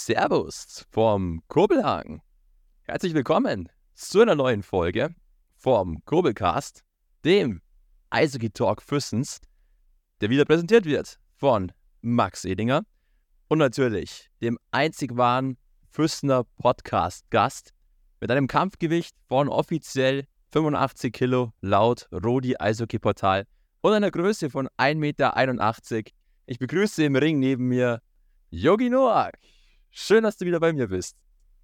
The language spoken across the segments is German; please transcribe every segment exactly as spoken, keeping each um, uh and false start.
Servus vom Kurbelhagen. Herzlich willkommen zu einer neuen Folge vom Kurbelcast, dem Eishockey Talk Füssens, der wieder präsentiert wird von Max Edinger und natürlich dem einzig wahren Füssener Podcast-Gast mit einem Kampfgewicht von offiziell fünfundachtzig Kilo laut Rodi Eishockey Portal und einer Größe von ein Meter einundachtzig. Ich begrüße im Ring neben mir Yogi Noak. Schön, dass du wieder bei mir bist.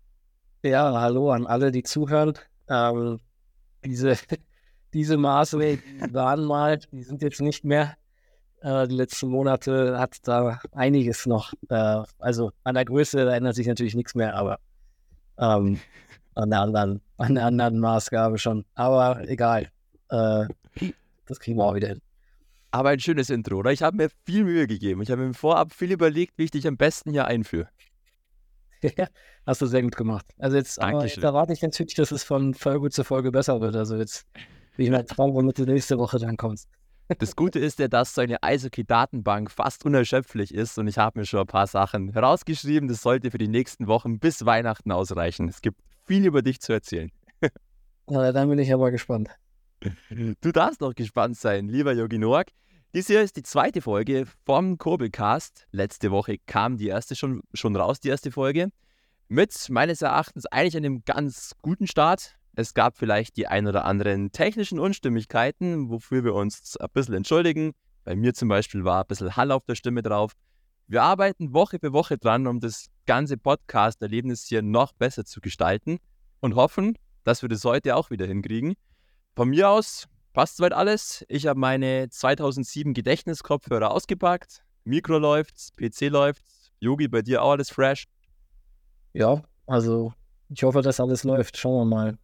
Ja, hallo an alle, die zuhören. Ähm, diese, diese Maße die waren mal, die sind jetzt nicht mehr. Äh, die letzten Monate hat da einiges noch. Äh, also an der Größe da ändert sich natürlich nichts mehr, aber ähm, an, der anderen, an der anderen Maßgabe schon. Aber egal. Äh, das kriegen wir auch wieder hin. Aber ein schönes Intro, oder? Ich habe mir viel Mühe gegeben. Ich habe mir vorab viel überlegt, wie ich dich am besten hier einführe. Hast du sehr gut gemacht. Also jetzt, aber jetzt erwarte ich natürlich, dass es von Folge zu Folge besser wird. Also jetzt bin ich mal gespannt, womit du nächste Woche dann kommst. Das Gute ist ja, dass so eine Eishockey-Datenbank fast unerschöpflich ist und ich habe mir schon ein paar Sachen herausgeschrieben. Das sollte für die nächsten Wochen bis Weihnachten ausreichen. Es gibt viel über dich zu erzählen. Ja, dann bin ich aber gespannt. Du darfst noch gespannt sein, lieber Yogi Noak. Dies hier ist die zweite Folge vom Kurbelcast. Letzte Woche kam die erste schon, schon raus, die erste Folge. Mit meines Erachtens eigentlich einem ganz guten Start. Es gab vielleicht die ein oder anderen technischen Unstimmigkeiten, wofür wir uns ein bisschen entschuldigen. Bei mir zum Beispiel war ein bisschen Hall auf der Stimme drauf. Wir arbeiten Woche für Woche dran, um das ganze Podcast-Erlebnis hier noch besser zu gestalten und hoffen, dass wir das heute auch wieder hinkriegen. Von mir aus passt soweit alles. Ich habe meine zweitausendsieben Gedächtniskopfhörer ausgepackt. Mikro läuft, P C läuft. Yogi, bei dir auch alles fresh? Ja, also ich hoffe, dass alles läuft. Schauen wir mal.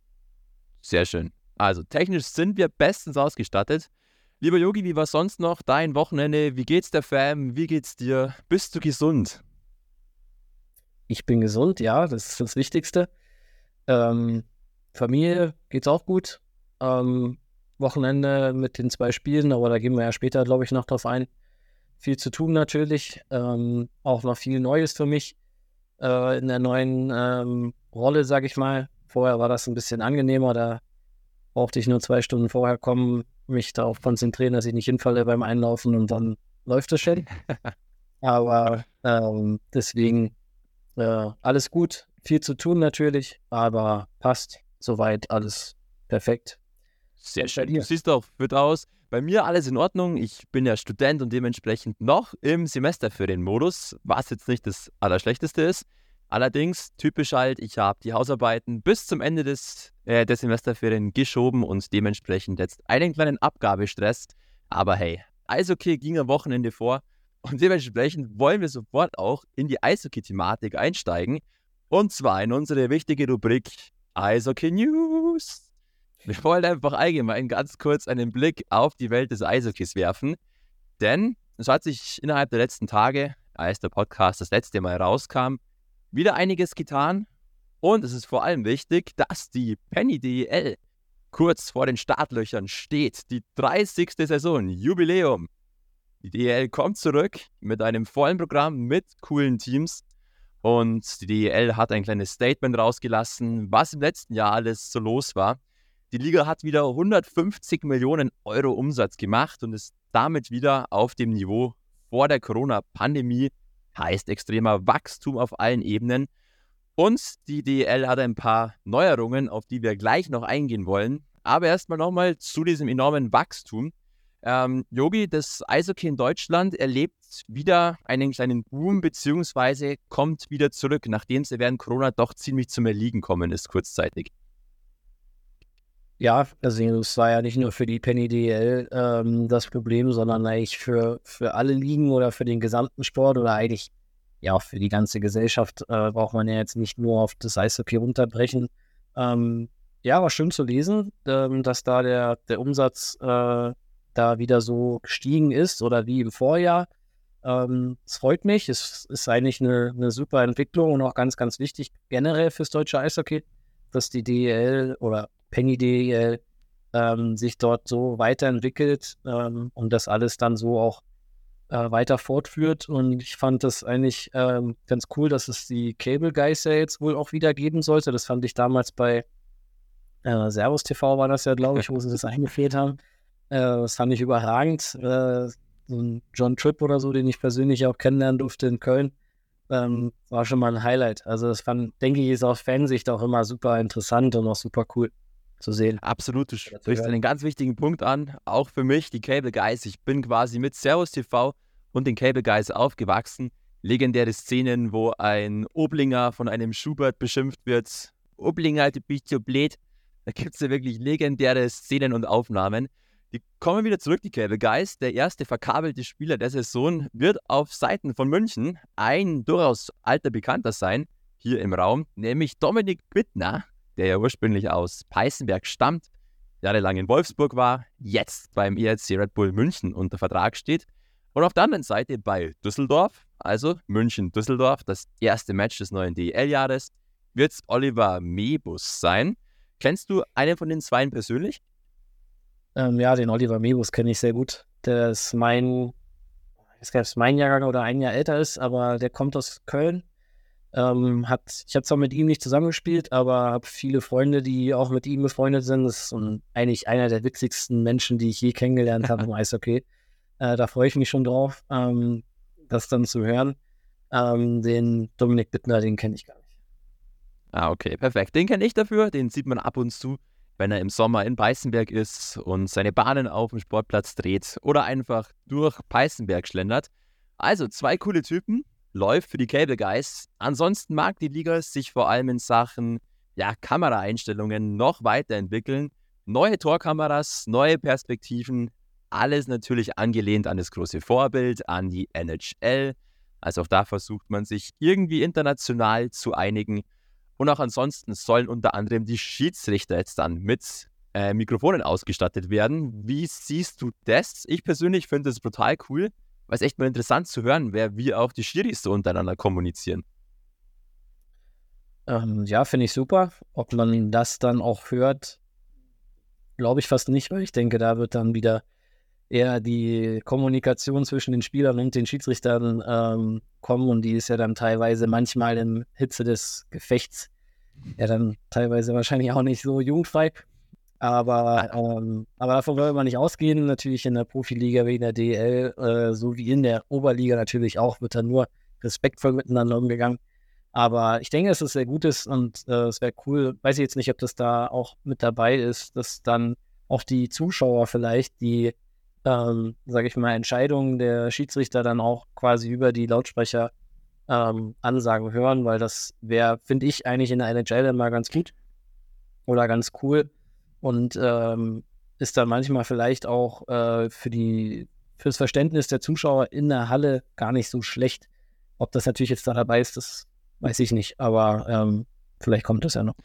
Sehr schön. Also technisch sind wir bestens ausgestattet. Lieber Yogi, wie war sonst noch dein Wochenende? Wie geht's der Fam? Wie geht's dir? Bist du gesund? Ich bin gesund, ja, das ist das Wichtigste. Ähm, Familie geht's auch gut. Ähm, Wochenende mit den zwei Spielen, aber da gehen wir ja später, glaube ich, noch drauf ein. Viel zu tun natürlich, ähm, auch noch viel Neues für mich äh, in der neuen ähm, Rolle, sage ich mal. Vorher war das ein bisschen angenehmer, da brauchte ich nur zwei Stunden vorher kommen, mich darauf konzentrieren, dass ich nicht hinfalle beim Einlaufen und dann läuft es schon. Aber ähm, deswegen äh, alles gut, viel zu tun natürlich, aber passt soweit, alles perfekt. Sehr schön. Du siehst auch fit aus. Bei mir alles in Ordnung. Ich bin ja Student und dementsprechend noch im Semesterferienmodus, was jetzt nicht das Allerschlechteste ist. Allerdings, typisch halt, ich habe die Hausarbeiten bis zum Ende des, äh, der Semesterferien geschoben und dementsprechend jetzt einen kleinen Abgabestress. Aber hey, Eishockey ging am Wochenende vor und dementsprechend wollen wir sofort auch in die Eishockey-Thematik einsteigen. Und zwar in unsere wichtige Rubrik Eishockey News. Wir wollen einfach allgemein ganz kurz einen Blick auf die Welt des Eishockeys werfen, denn es hat sich innerhalb der letzten Tage, als der Podcast das letzte Mal rauskam, wieder einiges getan und es ist vor allem wichtig, dass die Penny D E L kurz vor den Startlöchern steht. Die dreißigste Saison, Jubiläum. Die D E L kommt zurück mit einem vollen Programm mit coolen Teams und die D E L hat ein kleines Statement rausgelassen, was im letzten Jahr alles so los war. Die Liga hat wieder hundertfünfzig Millionen Euro Umsatz gemacht und ist damit wieder auf dem Niveau vor der Corona-Pandemie. Heißt extremer Wachstum auf allen Ebenen. Und die D E L hat ein paar Neuerungen, auf die wir gleich noch eingehen wollen. Aber erstmal nochmal zu diesem enormen Wachstum. Ähm, Yogi, das Eishockey in Deutschland erlebt wieder einen kleinen Boom, beziehungsweise kommt wieder zurück, nachdem es während Corona doch ziemlich zum Erliegen gekommen ist, kurzzeitig. Ja, also es war ja nicht nur für die Penny D E L ähm, das Problem, sondern eigentlich für, für alle Ligen oder für den gesamten Sport oder eigentlich ja auch für die ganze Gesellschaft äh, braucht man ja jetzt nicht nur auf das Eishockey runterbrechen. Ähm, ja, war schön zu lesen, ähm, dass da der, der Umsatz äh, da wieder so gestiegen ist oder wie im Vorjahr. Ähm, es freut mich, es ist eigentlich eine, eine super Entwicklung und auch ganz, ganz wichtig generell fürs deutsche Eishockey, dass die D E L oder Penny D E L ähm, sich dort so weiterentwickelt ähm, und das alles dann so auch äh, weiter fortführt. Und ich fand das eigentlich ähm, ganz cool, dass es die Cable Guys ja jetzt wohl auch wieder geben sollte. Das fand ich damals bei äh, Servus T V war das ja, glaube ich, wo sie das eingeführt haben. Äh, das fand ich überragend. Äh, so ein John Tripp oder so, den ich persönlich auch kennenlernen durfte in Köln, ähm, war schon mal ein Highlight. Also das fand, denke ich, ist aus Fansicht auch immer super interessant und auch super cool zu sehen. Absolut, du sprichst einen ganz wichtigen Punkt an. Auch für mich, die Cable Guys. Ich bin quasi mit Servus T V und den Cable Guys aufgewachsen. Legendäre Szenen, wo ein Oblinger von einem Schubert beschimpft wird. Oblinger, du bist so blöd. Da gibt es ja wirklich legendäre Szenen und Aufnahmen. Die kommen wieder zurück, die Cable Guys. Der erste verkabelte Spieler der Saison wird auf Seiten von München ein durchaus alter Bekannter sein, hier im Raum, nämlich Dominik Bittner, der ja ursprünglich aus Peißenberg stammt, jahrelang in Wolfsburg war, jetzt beim E R C Red Bull München unter Vertrag steht. Und auf der anderen Seite bei Düsseldorf, also München-Düsseldorf, das erste Match des neuen D E L-Jahres, wird es Oliver Mebus sein. Kennst du einen von den Zweien persönlich? Ähm, ja, den Oliver Mebus kenne ich sehr gut. Der ist mein, ich weiß gar nicht, ob es mein Jahrgang oder ein Jahr älter ist, aber der kommt aus Köln. Ähm, hat, ich habe zwar mit ihm nicht zusammengespielt, aber habe viele Freunde, die auch mit ihm befreundet sind. Das ist um, eigentlich einer der witzigsten Menschen, die ich je kennengelernt habe im Eishockey. Äh, da freue ich mich schon drauf, ähm, das dann zu hören. Ähm, den Dominik Bittner, den kenne ich gar nicht. Ah, okay, perfekt. Den kenne ich dafür. Den sieht man ab und zu, wenn er im Sommer in Peißenberg ist und seine Bahnen auf dem Sportplatz dreht oder einfach durch Peißenberg schlendert. Also zwei coole Typen. Läuft für die Cable Guys. Ansonsten mag die Liga sich vor allem in Sachen ja, Kameraeinstellungen noch weiterentwickeln. Neue Torkameras, neue Perspektiven, alles natürlich angelehnt an das große Vorbild, an die N H L. Also auch da versucht man sich irgendwie international zu einigen. Und auch ansonsten sollen unter anderem die Schiedsrichter jetzt dann mit äh, Mikrofonen ausgestattet werden. Wie siehst du das? Ich persönlich finde das brutal cool. Weil es echt mal interessant zu hören wäre, wie auch die Schiris so untereinander kommunizieren. Ähm, ja, finde ich super. Ob man das dann auch hört, glaube ich fast nicht, weil ich denke, da wird dann wieder eher die Kommunikation zwischen den Spielern und den Schiedsrichtern ähm, kommen und die ist ja dann teilweise manchmal in Hitze des Gefechts ja dann teilweise wahrscheinlich auch nicht so jugendfrei. Aber, ähm, aber davon wollen wir nicht ausgehen. Natürlich in der Profiliga wie in der D E L, äh, so wie in der Oberliga natürlich auch, wird da nur respektvoll miteinander umgegangen. Aber ich denke, dass es sehr gut ist und äh, es wäre cool. Weiß ich jetzt nicht, ob das da auch mit dabei ist, dass dann auch die Zuschauer vielleicht die, ähm, sage ich mal, Entscheidungen der Schiedsrichter dann auch quasi über die Lautsprecher ähm, Ansagen hören, weil das wäre, finde ich, eigentlich in der N H L immer ganz gut oder ganz cool. Und ähm, ist dann manchmal vielleicht auch äh, für die fürs Verständnis der Zuschauer in der Halle gar nicht so schlecht. Ob das natürlich jetzt da dabei ist, das weiß ich nicht. Aber ähm, vielleicht kommt das ja noch.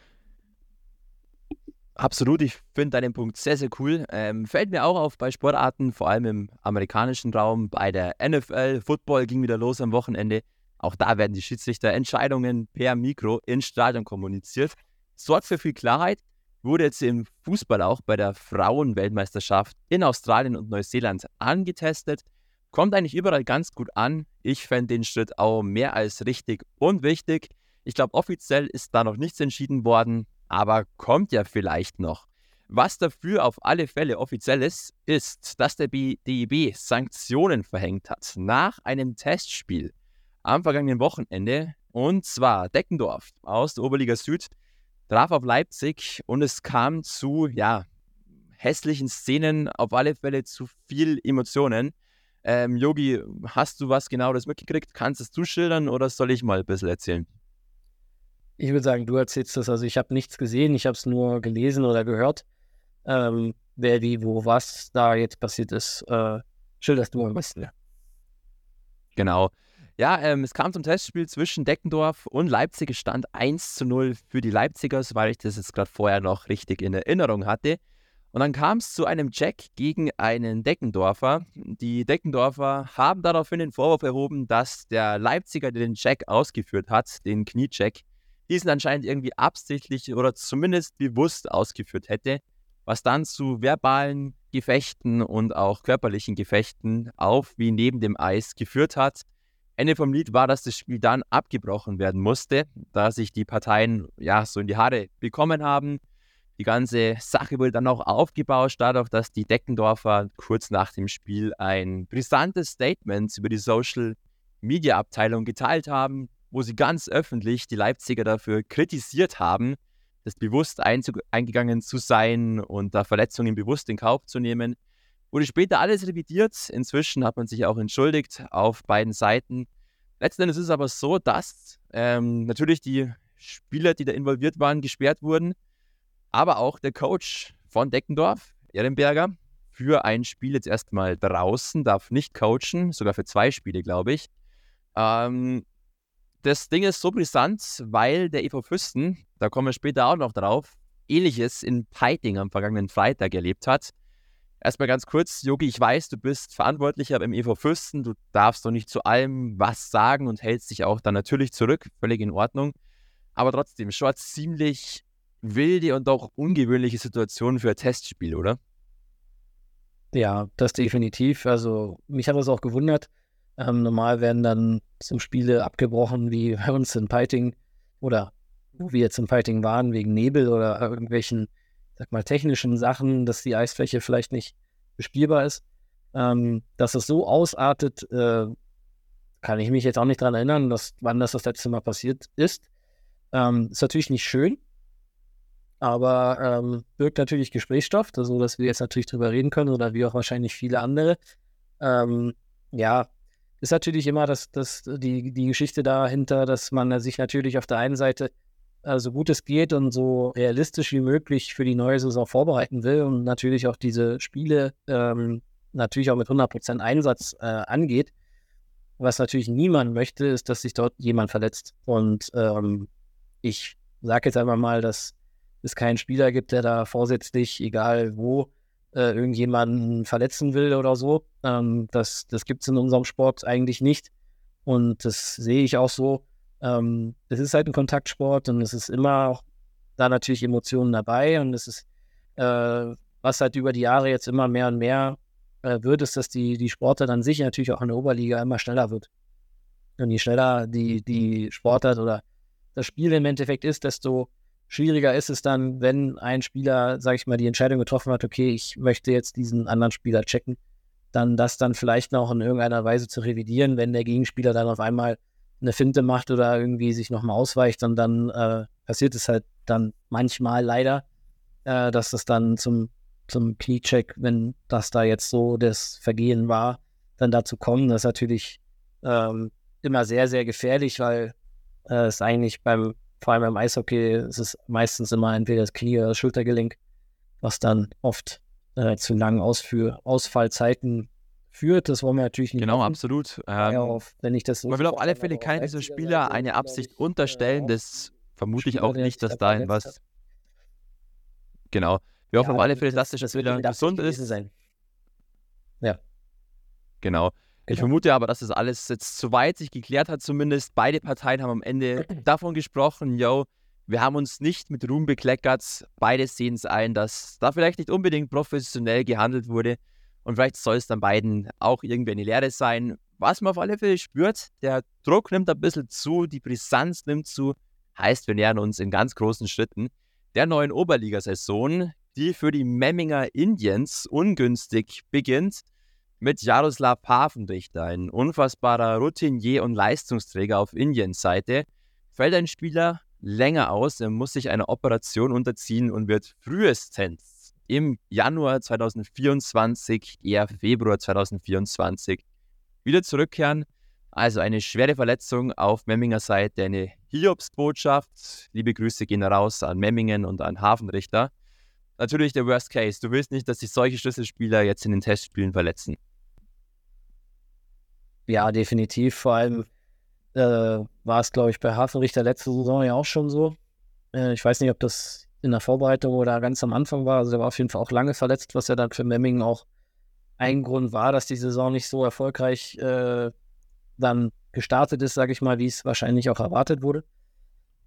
Absolut, ich finde deinen Punkt sehr, sehr cool. Ähm, fällt mir auch auf bei Sportarten, vor allem im amerikanischen Raum, bei der N F L. Football ging wieder los am Wochenende. Auch da werden die Schiedsrichter Entscheidungen per Mikro ins Stadion kommuniziert. Sorgt für viel Klarheit. Wurde jetzt im Fußball auch bei der Frauenweltmeisterschaft in Australien und Neuseeland angetestet. Kommt eigentlich überall ganz gut an. Ich fände den Schritt auch mehr als richtig und wichtig. Ich glaube, offiziell ist da noch nichts entschieden worden, aber kommt ja vielleicht noch. Was dafür auf alle Fälle offiziell ist, ist, dass der D E B Sanktionen verhängt hat nach einem Testspiel am vergangenen Wochenende. Und zwar Deckendorf aus der Oberliga Süd traf auf Leipzig und es kam zu, ja, hässlichen Szenen, auf alle Fälle zu viel Emotionen. Ähm, Yogi, hast du was genaues mitgekriegt? Kannst du es zuschildern oder soll ich mal ein bisschen erzählen? Ich würde sagen, du erzählst das. Also ich habe nichts gesehen, ich habe es nur gelesen oder gehört. Ähm, wer, wie, wo, was da jetzt passiert ist, äh, schilderst du am besten. Ja. Genau. Ja, ähm, es kam zum Testspiel zwischen Deckendorf und Leipzig. Es stand eins zu null für die Leipzigers, weil ich das jetzt gerade vorher noch richtig in Erinnerung hatte. Und dann kam es zu einem Check gegen einen Deckendorfer. Die Deckendorfer haben daraufhin den Vorwurf erhoben, dass der Leipziger, der den Check ausgeführt hat, den Kniecheck, diesen anscheinend irgendwie absichtlich oder zumindest bewusst ausgeführt hätte. was dann zu verbalen Gefechten und auch körperlichen Gefechten auf wie neben dem Eis geführt hat. Ende vom Lied war, dass das Spiel dann abgebrochen werden musste, da sich die Parteien ja so in die Haare bekommen haben. Die ganze Sache wurde dann auch aufgebauscht dadurch, dass die Deckendorfer kurz nach dem Spiel ein brisantes Statement über die Social-Media-Abteilung geteilt haben, wo sie ganz öffentlich die Leipziger dafür kritisiert haben, das bewusst einzug- eingegangen zu sein und da Verletzungen bewusst in Kauf zu nehmen. Wurde später alles revidiert. Inzwischen hat man sich auch entschuldigt auf beiden Seiten. Letzten Endes ist es aber so, dass ähm, natürlich die Spieler, die da involviert waren, gesperrt wurden, aber auch der Coach von Deckendorf, Ehrenberger, für ein Spiel jetzt erstmal draußen, darf nicht coachen, sogar für zwei Spiele, glaube ich. Ähm, das Ding ist so brisant, weil der E V Füssen, da kommen wir später auch noch drauf, Ähnliches in Peiting am vergangenen Freitag erlebt hat. Erstmal ganz kurz, Jogi, ich weiß, du bist Verantwortlicher beim E V Füssen, du darfst doch nicht zu allem was sagen und hältst dich auch dann natürlich zurück, völlig in Ordnung. Aber trotzdem, schon eine ziemlich wilde und auch ungewöhnliche Situation für ein Testspiel, oder? Ja, das definitiv. Also mich hat das auch gewundert. Ähm, normal werden dann zum Spiele abgebrochen, wie bei uns in Peiting oder wo wir jetzt in Peiting waren, wegen Nebel oder irgendwelchen, sag mal, technischen Sachen, dass die Eisfläche vielleicht nicht bespielbar ist. Ähm, dass es so ausartet, äh, kann ich mich jetzt auch nicht dran erinnern, dass, wann das das letzte Mal passiert ist. Ähm, ist natürlich nicht schön, aber ähm, birgt natürlich Gesprächsstoff, so dass wir jetzt natürlich drüber reden können oder wie auch wahrscheinlich viele andere. Ähm, ja, ist natürlich immer das, das, die, die Geschichte dahinter, dass man sich natürlich auf der einen Seite äh, so gut es geht und so realistisch wie möglich für die neue Saison vorbereiten will und natürlich auch diese Spiele ähm, natürlich auch mit hundert Prozent Einsatz äh, angeht. Was natürlich niemand möchte, ist, dass sich dort jemand verletzt. Und ähm, ich sage jetzt einfach mal, dass es keinen Spieler gibt, der da vorsätzlich, egal wo, äh, irgendjemanden verletzen will oder so. Ähm, das das gibt es in unserem Sport eigentlich nicht. Und das sehe ich auch so. Ähm, es ist halt ein Kontaktsport und es ist immer auch da natürlich Emotionen dabei. Und es ist, äh, was halt über die Jahre jetzt immer mehr und mehr äh, wird, ist, dass die, die Sportart an sich natürlich auch in der Oberliga immer schneller wird. Und je schneller die, die Sportart oder das Spiel im Endeffekt ist, desto schwieriger ist es dann, wenn ein Spieler, sage ich mal, die Entscheidung getroffen hat, okay, ich möchte jetzt diesen anderen Spieler checken, dann das dann vielleicht noch in irgendeiner Weise zu revidieren, wenn der Gegenspieler dann auf einmal eine Finte macht oder irgendwie sich nochmal ausweicht und dann äh, passiert es halt dann manchmal leider, äh, dass das dann zum, zum Kniecheck, wenn das da jetzt so das Vergehen war, dann dazu kommt. Das ist natürlich ähm, immer sehr, sehr gefährlich, weil äh, es eigentlich beim vor allem beim Eishockey ist es meistens immer entweder das Knie oder das Schultergelenk, was dann oft äh, zu langen Ausführ- Ausfallzeiten führt. Das wollen wir natürlich nicht Genau, hoffen. absolut. Ja, Ähm, auf, wenn ich das so man will auf alle verstanden Fälle habe, auf keinen dieser Leipziger Spieler Seite, eine glaub Absicht ich, unterstellen. äh, Das vermute ich Spieler, auch der nicht, sich dass da da verletzt hat. was. Genau. Wir hoffen Ja, auf alle Fälle, dass das, der das wird Spieler mit Absicht gesund gewesen ist. sein. Ja, Genau. Ich genau. vermute aber, dass das alles jetzt soweit sich geklärt hat, zumindest. Beide Parteien haben am Ende davon gesprochen, yo, wir haben uns nicht mit Ruhm bekleckert. Beide sehen es ein, dass da vielleicht nicht unbedingt professionell gehandelt wurde. Und vielleicht soll es dann beiden auch irgendwie eine Lehre sein. Was man auf alle Fälle spürt, der Druck nimmt ein bisschen zu, die Brisanz nimmt zu. Heißt, wir nähern uns in ganz großen Schritten der neuen Oberligasaison, die für die Memminger Indians ungünstig beginnt. Mit Jaroslav Pafenrichter, ein unfassbarer Routinier und Leistungsträger auf Indiens Seite, fällt ein Spieler länger aus, er muss sich einer Operation unterziehen und wird frühestens im Januar zweitausendvierundzwanzig, eher Februar zweitausendvierundzwanzig wieder zurückkehren. Also eine schwere Verletzung auf Memminger Seite, eine Hiobsbotschaft. Liebe Grüße gehen raus an Memmingen und an Hafenrichter. Natürlich der Worst Case. Du willst nicht, dass sich solche Schlüsselspieler jetzt in den Testspielen verletzen. Ja, definitiv. Vor allem äh, war es, glaube ich, bei Hafenrichter letzte Saison ja auch schon so. Äh, ich weiß nicht, ob das in der Vorbereitung oder ganz am Anfang war. Also der war auf jeden Fall auch lange verletzt, was ja dann für Memmingen auch ein Grund war, dass die Saison nicht so erfolgreich äh, dann gestartet ist, sage ich mal, wie es wahrscheinlich auch erwartet wurde.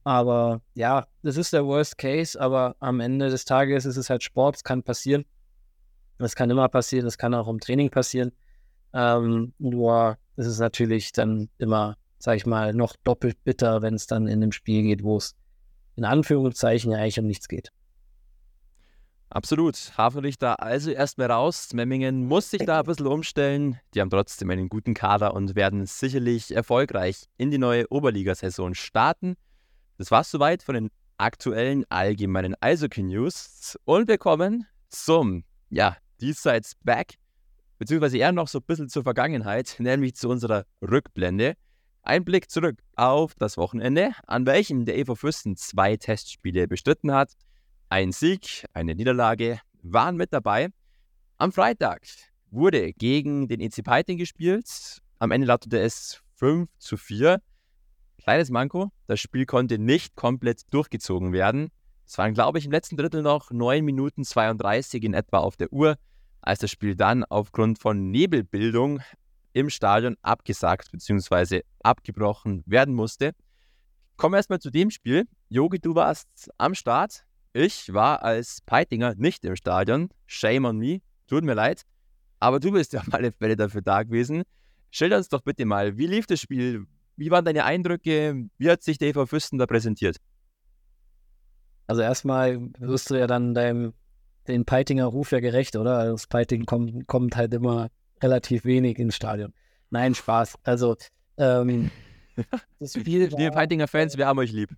Aber ja, das ist der Worst Case, aber am Ende des Tages ist es halt Sport, es kann passieren. Das kann immer passieren, das kann auch im Training passieren. Ähm, nur ist es natürlich dann immer, sag ich mal, noch doppelt bitter, wenn es dann in einem Spiel geht, wo es in Anführungszeichen ja eigentlich um nichts geht. Absolut. Hafenrichter also erstmal raus. Memmingen muss sich da ein bisschen umstellen. Die haben trotzdem einen guten Kader und werden sicherlich erfolgreich in die neue Oberligasaison starten. Das war's soweit von den aktuellen allgemeinen Eishockey-News. Und wir kommen zum, ja, Diesseits Back, beziehungsweise eher noch so ein bisschen zur Vergangenheit, nämlich zu unserer Rückblende. Ein Blick zurück auf das Wochenende, an welchem der E V Füssen zwei Testspiele bestritten hat. Ein Sieg, eine Niederlage waren mit dabei. Am Freitag wurde gegen den E C Peiting gespielt. Am Ende lautete es fünf zu vier. Kleines Manko, das Spiel konnte nicht komplett durchgezogen werden. Es waren, glaube ich, im letzten Drittel noch neun Minuten zweiunddreißig in etwa auf der Uhr, als das Spiel dann aufgrund von Nebelbildung im Stadion abgesagt bzw. abgebrochen werden musste. Kommen wir erstmal zu dem Spiel. Jogi, du warst am Start. Ich war als Peitinger nicht im Stadion. Shame on me. Tut mir leid. Aber du bist ja auf alle Fälle dafür da gewesen. Schilder uns doch bitte mal, wie lief das Spiel? Wie waren deine Eindrücke? Wie hat sich der E V Füssen da präsentiert? Also erstmal wirst du ja dann deinem den Peitinger Ruf ja gerecht, oder? Also das Peiting kommt, kommt halt immer relativ wenig ins Stadion. Nein, Spaß. Also ähm, das Spiel war, Liebe Peitinger Fans, wir haben euch lieb.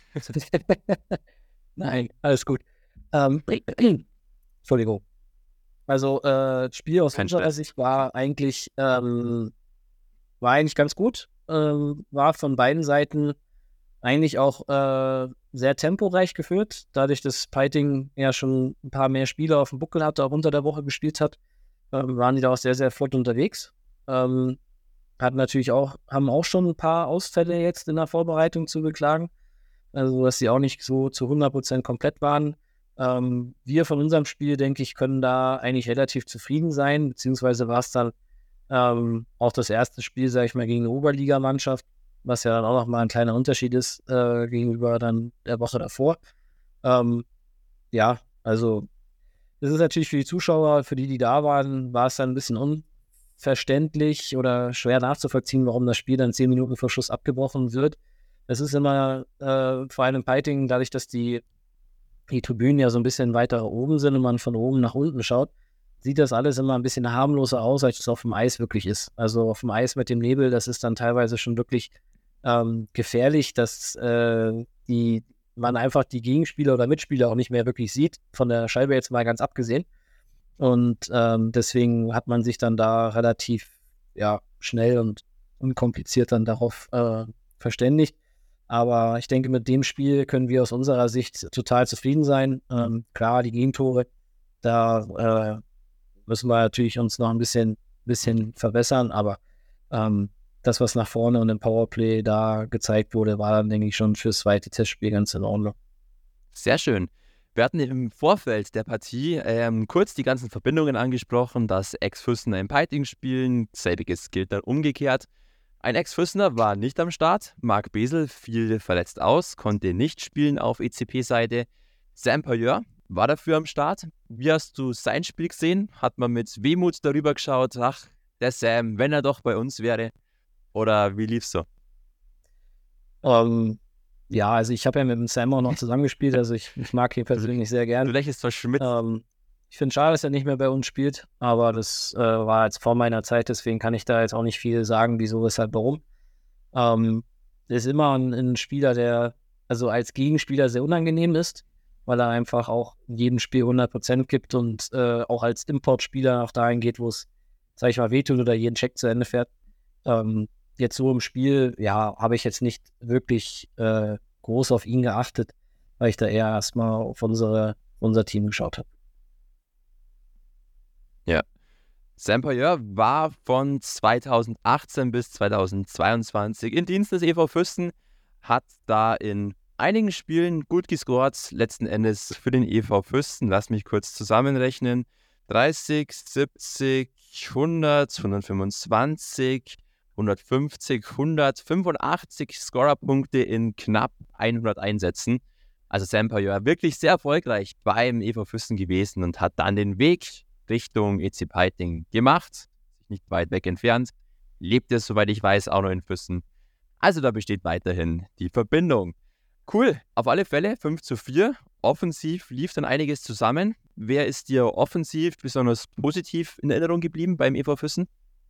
Nein, alles gut. Ähm, Entschuldigung. Also äh, das Spiel aus Kein unserer Stress. Sicht war eigentlich ähm, war eigentlich ganz gut. Ähm, war von beiden Seiten eigentlich auch äh, sehr temporeich geführt, dadurch, dass Peiting ja schon ein paar mehr Spieler auf dem Buckel hatte, auch unter der Woche gespielt hat, ähm, waren die da auch sehr, sehr flott unterwegs. Ähm, hatten natürlich auch, haben auch schon ein paar Ausfälle jetzt in der Vorbereitung zu beklagen, also dass sie auch nicht so zu hundert Prozent komplett waren. Ähm, wir von unserem Spiel, denke ich, können da eigentlich relativ zufrieden sein, beziehungsweise war es dann ähm, auch das erste Spiel, sage ich mal, gegen eine Oberligamannschaft, was ja dann auch nochmal ein kleiner Unterschied ist äh, gegenüber dann der Woche davor. Ähm, ja, also das ist natürlich für die Zuschauer, für die, die da waren, war es dann ein bisschen unverständlich oder schwer nachzuvollziehen, warum das Spiel dann zehn Minuten vor Schluss abgebrochen wird. Das ist immer äh, vor allem in Peiting, dadurch, dass die, die Tribünen ja so ein bisschen weiter oben sind und man von oben nach unten schaut, sieht das alles immer ein bisschen harmloser aus, als es auf dem Eis wirklich ist. Also auf dem Eis mit dem Nebel, das ist dann teilweise schon wirklich ähm, gefährlich, dass äh, die, man einfach die Gegenspieler oder Mitspieler auch nicht mehr wirklich sieht, von der Scheibe jetzt mal ganz abgesehen. Und ähm, deswegen hat man sich dann da relativ ja, schnell und unkompliziert dann darauf äh, verständigt. Aber ich denke, mit dem Spiel können wir aus unserer Sicht total zufrieden sein. Ähm, klar, die Gegentore, da äh, müssen wir natürlich uns noch ein bisschen, bisschen verbessern, aber ähm, das, was nach vorne und im Powerplay da gezeigt wurde, war dann, denke ich, schon fürs zweite Testspiel ganz in Ordnung. Sehr schön. Wir hatten im Vorfeld der Partie ähm, kurz die ganzen Verbindungen angesprochen, dass Ex-Füssener im Peiting spielen. Selbiges gilt dann umgekehrt. Ein Ex-Füssener war nicht am Start. Marc Besel fiel verletzt aus, konnte nicht spielen auf E C P-Seite. Sam Payeur war dafür am Start. Wie hast du sein Spiel gesehen? Hat man mit Wehmut darüber geschaut, ach, der Sam, wenn er doch bei uns wäre? Oder wie lief's so? Ähm, ja, also ich habe ja mit dem Sam auch noch zusammengespielt, also ich, ich mag ihn persönlich sehr gern. Du lächelst verschmitzt. Ähm, ich finde es schade, dass er nicht mehr bei uns spielt, aber das äh, war jetzt vor meiner Zeit, deswegen kann ich da jetzt auch nicht viel sagen, wieso, weshalb, warum. Ähm, er ist immer ein, ein Spieler, der also als Gegenspieler sehr unangenehm ist, weil er einfach auch in jedem Spiel hundert Prozent gibt und äh, auch als Importspieler auch dahin geht, wo es, sag ich mal, wehtut oder jeden Check zu Ende fährt. Ähm, jetzt so im Spiel, ja, habe ich jetzt nicht wirklich äh, groß auf ihn geachtet, weil ich da eher erstmal auf unsere, unser Team geschaut habe. Ja. Sam Payeur war von zweitausendachtzehn bis zweitausendzweiundzwanzig in Dienst des E V Füssen, hat da in einigen Spielen gut gescored, letzten Endes für den E V Füssen, lass mich kurz zusammenrechnen, dreißig, siebzig, hundert, hundertfünfundzwanzig, hundertfünfzig, hundertfünfundachtzig Scorerpunkte in knapp hundert Einsätzen. Also Sam Pailleur wirklich sehr erfolgreich beim E V Füssen gewesen und hat dann den Weg Richtung E C Peiting gemacht, sich nicht weit weg entfernt, lebt es, soweit ich weiß, auch noch in Füssen. Also da besteht weiterhin die Verbindung. Cool, auf alle Fälle fünf zu vier. Offensiv lief dann einiges zusammen. Wer ist dir offensiv besonders positiv in Erinnerung geblieben beim E V Füssen?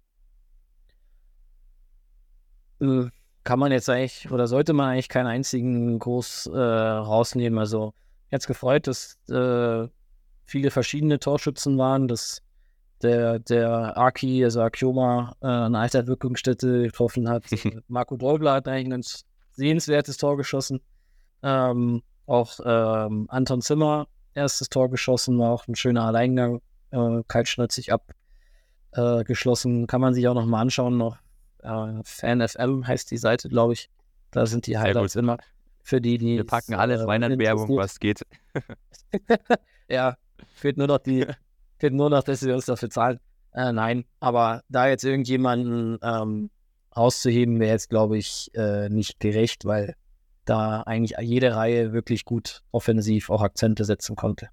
Äh, kann man jetzt eigentlich, oder sollte man eigentlich keinen einzigen groß äh, rausnehmen. Also, jetzt gefreut, dass äh, viele verschiedene Torschützen waren, dass der, der Aki, also Akioma, äh, eine Alterswirkungsstätte getroffen hat. Marco Däubler hat eigentlich ein ganz sehenswertes Tor geschossen. Ähm, auch ähm, Anton Zimmer, erstes Tor geschossen, war auch ein schöner Alleingang, äh, kaltschnäuzig abgeschlossen. Äh, Kann man sich auch nochmal anschauen, noch äh, Fan F M heißt die Seite, glaube ich. Da sind die Highlights immer für die, die. Wir packen alles rein an Werbung, was geht. Ja, fehlt nur noch die, fehlt nur noch, dass sie uns dafür zahlen. Äh, nein, aber da jetzt irgendjemanden ähm, rauszuheben, wäre jetzt, glaube ich, äh, nicht gerecht, weil da eigentlich jede Reihe wirklich gut offensiv auch Akzente setzen konnte.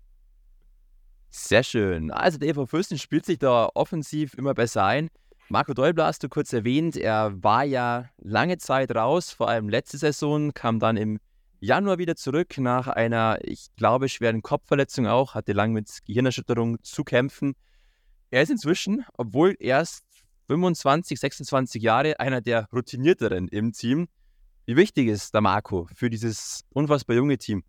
Sehr schön. Also der E V Füssen spielt sich da offensiv immer besser ein. Marco Däubler hast du kurz erwähnt, er war ja lange Zeit raus, vor allem letzte Saison, kam dann im Januar wieder zurück nach einer, ich glaube, schweren Kopfverletzung auch, hatte lang mit Gehirnerschütterung zu kämpfen. Er ist inzwischen, obwohl erst fünfundzwanzig, sechsundzwanzig Jahre, einer der routinierteren im Team. Wie wichtig ist der Marco für dieses unfassbar junge Team?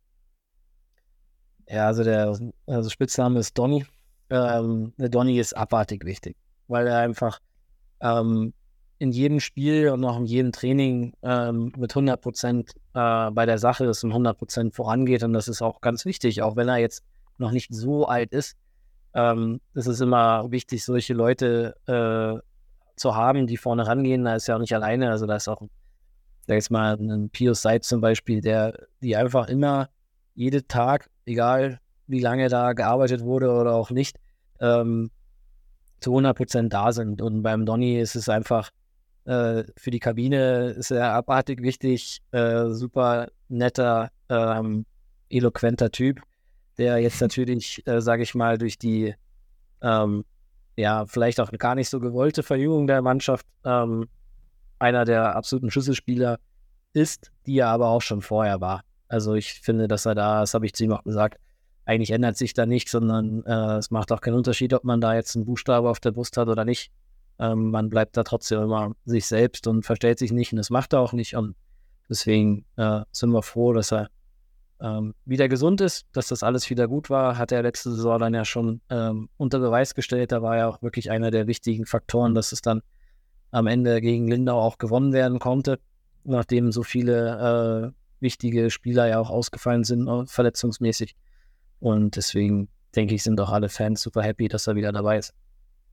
Ja, also der also Spitzname ist Donny. Ähm, der Donny ist abartig wichtig, weil er einfach ähm, in jedem Spiel und auch in jedem Training ähm, mit hundert Prozent äh, bei der Sache ist und hundert Prozent vorangeht. Und das ist auch ganz wichtig, auch wenn er jetzt noch nicht so alt ist. Ähm, es ist immer wichtig, solche Leute äh, zu haben, die vorne rangehen. Da ist ja auch nicht alleine. Also da ist auch, sag jetzt mal, ein Pius Seitz zum Beispiel, der die einfach immer jeden Tag, egal wie lange da gearbeitet wurde oder auch nicht, ähm, zu hundert Prozent da sind. Und beim Donny ist es einfach, äh, für die Kabine ist er abartig wichtig, äh, super netter, ähm, eloquenter Typ, der jetzt natürlich, äh, sage ich mal, durch die, ähm, ja, vielleicht auch gar nicht so gewollte Verjüngung der Mannschaft, ähm, einer der absoluten Schlüsselspieler ist, die er aber auch schon vorher war. Also ich finde, dass er da, das habe ich zu ihm auch gesagt, eigentlich ändert sich da nichts, sondern äh, es macht auch keinen Unterschied, ob man da jetzt einen Buchstabe auf der Brust hat oder nicht. Ähm, man bleibt da trotzdem immer sich selbst und verstellt sich nicht und das macht er auch nicht. Und deswegen äh, sind wir froh, dass er ähm, wieder gesund ist, dass das alles wieder gut war. Hat er letzte Saison dann ja schon ähm, unter Beweis gestellt. Da war ja auch wirklich einer der wichtigen Faktoren, dass es dann am Ende gegen Lindau auch gewonnen werden konnte, nachdem so viele äh, wichtige Spieler ja auch ausgefallen sind, verletzungsmäßig. Und deswegen denke ich, sind auch alle Fans super happy, dass er wieder dabei ist.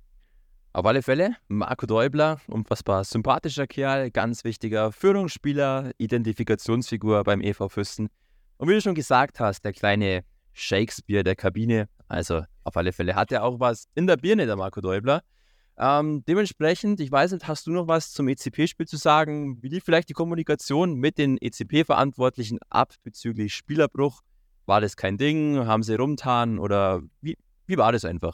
Auf alle Fälle, Marco Däubler, unfassbar sympathischer Kerl, ganz wichtiger Führungsspieler, Identifikationsfigur beim E V Füssen. Und wie du schon gesagt hast, der kleine Shakespeare der Kabine, also auf alle Fälle hat er auch was in der Birne, der Marco Däubler. Ähm, dementsprechend, ich weiß nicht, hast du noch was zum E C P-Spiel zu sagen? Wie lief vielleicht die Kommunikation mit den E C P-Verantwortlichen ab bezüglich Spielerbruch? War das kein Ding? Haben sie rumtan? Oder wie, wie war das einfach?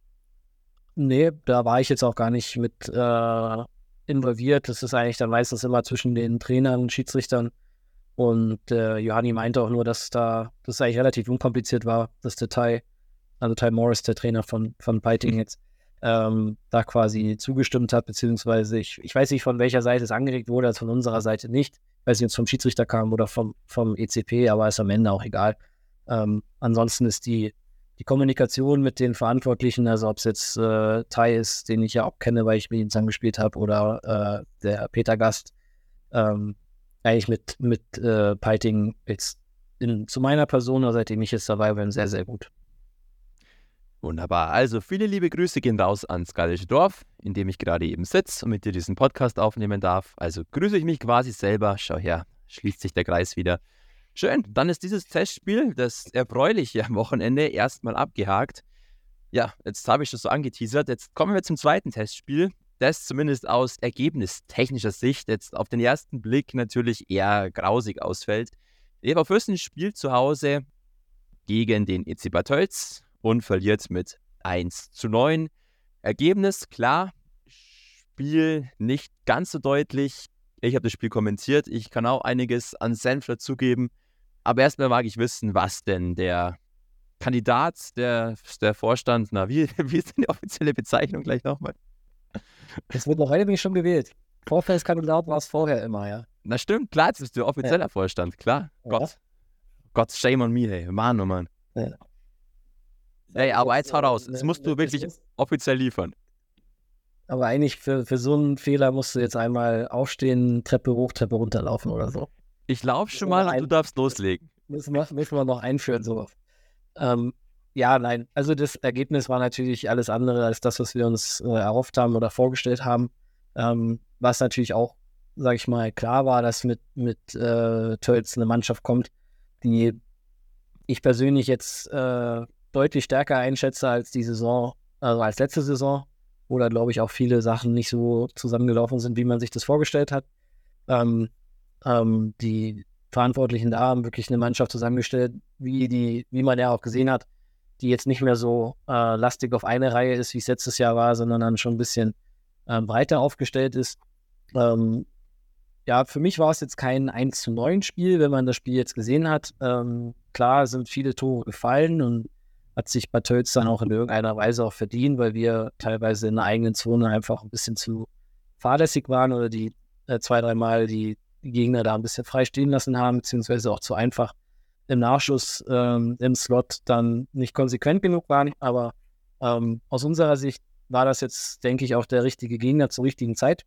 Nee, da war ich jetzt auch gar nicht mit äh, involviert. Das ist eigentlich dann meistens immer zwischen den Trainern und Schiedsrichtern. Und äh, Johanni meinte auch nur, dass da das eigentlich relativ unkompliziert war, dass der Ty, also Ty Morris, der Trainer von, von Peiting jetzt, ähm, da quasi zugestimmt hat, beziehungsweise ich, ich weiß nicht, von welcher Seite es angeregt wurde, also von unserer Seite nicht. Ich weiß nicht, ob es vom Schiedsrichter kam oder vom, vom E C P, aber ist am Ende auch egal. Ähm, ansonsten ist die, die Kommunikation mit den Verantwortlichen, also ob es jetzt äh, Ty ist, den ich ja auch kenne, weil ich mit ihm zusammen gespielt habe, oder äh, der Peter Gast, ähm, eigentlich mit, mit äh, Peiting jetzt in, zu meiner Person, seitdem ich jetzt dabei bin, sehr, sehr gut. Wunderbar. Also viele liebe Grüße gehen raus ans Gallische Dorf, in dem ich gerade eben sitze und mit dir diesen Podcast aufnehmen darf. Also grüße ich mich quasi selber. Schau her, schließt sich der Kreis wieder. Schön, dann ist dieses Testspiel, das erfreuliche am Wochenende, erstmal abgehakt. Ja, jetzt habe ich das so angeteasert. Jetzt kommen wir zum zweiten Testspiel. das zumindest aus ergebnistechnischer Sicht jetzt auf den ersten Blick natürlich eher grausig ausfällt. Die E V Füssen spielt zu Hause gegen den E C Bad Tölz und verliert mit eins zu neun. Ergebnis, klar, Spiel nicht ganz so deutlich. Ich habe das Spiel kommentiert, ich kann auch einiges an Senf dazugeben. Aber erstmal mag ich wissen, was denn der Kandidat, der, der Vorstand, na, wie, wie ist denn die offizielle Bezeichnung gleich nochmal? Das wird noch heute bin ich schon gewählt. Vorstandskandidat war es vorher immer, ja. Na stimmt, klar, jetzt bist du offizieller ja. Vorstand, klar. Ja. Gott, Gott, shame on me, hey. Mann, oh Mann. Ja. Ey, aber jetzt hau raus. Jetzt musst du wirklich offiziell liefern. Aber eigentlich für, für so einen Fehler musst du jetzt einmal aufstehen, Treppe hoch, Treppe runterlaufen oder so. Ich laufe schon mal und du darfst loslegen. Müssen wir, müssen wir noch einführen, sowas. Ähm, ja, nein. Also das Ergebnis war natürlich alles andere als das, was wir uns äh, erhofft haben oder vorgestellt haben. Ähm, was natürlich auch, sag ich mal, klar war, dass mit, mit äh, Tölz eine Mannschaft kommt, die ich persönlich jetzt äh, deutlich stärker einschätze als die Saison, also als letzte Saison, wo da, glaube ich, auch viele Sachen nicht so zusammengelaufen sind, wie man sich das vorgestellt hat. Ähm, ähm, die Verantwortlichen da haben wirklich eine Mannschaft zusammengestellt, wie die, wie man ja auch gesehen hat, die jetzt nicht mehr so äh, lastig auf eine Reihe ist, wie es letztes Jahr war, sondern dann schon ein bisschen äh, breiter aufgestellt ist. Ähm, ja, für mich war es jetzt kein eins zu neun Spiel, wenn man das Spiel jetzt gesehen hat. Ähm, klar sind viele Tore gefallen und hat sich Bad Tölz dann auch in irgendeiner Weise auch verdient, weil wir teilweise in der eigenen Zone einfach ein bisschen zu fahrlässig waren oder die äh, zwei, dreimal die die Gegner da ein bisschen frei stehen lassen haben, beziehungsweise auch zu einfach im Nachschuss ähm, im Slot dann nicht konsequent genug waren. Aber ähm, aus unserer Sicht war das jetzt, denke ich, auch der richtige Gegner zur richtigen Zeit,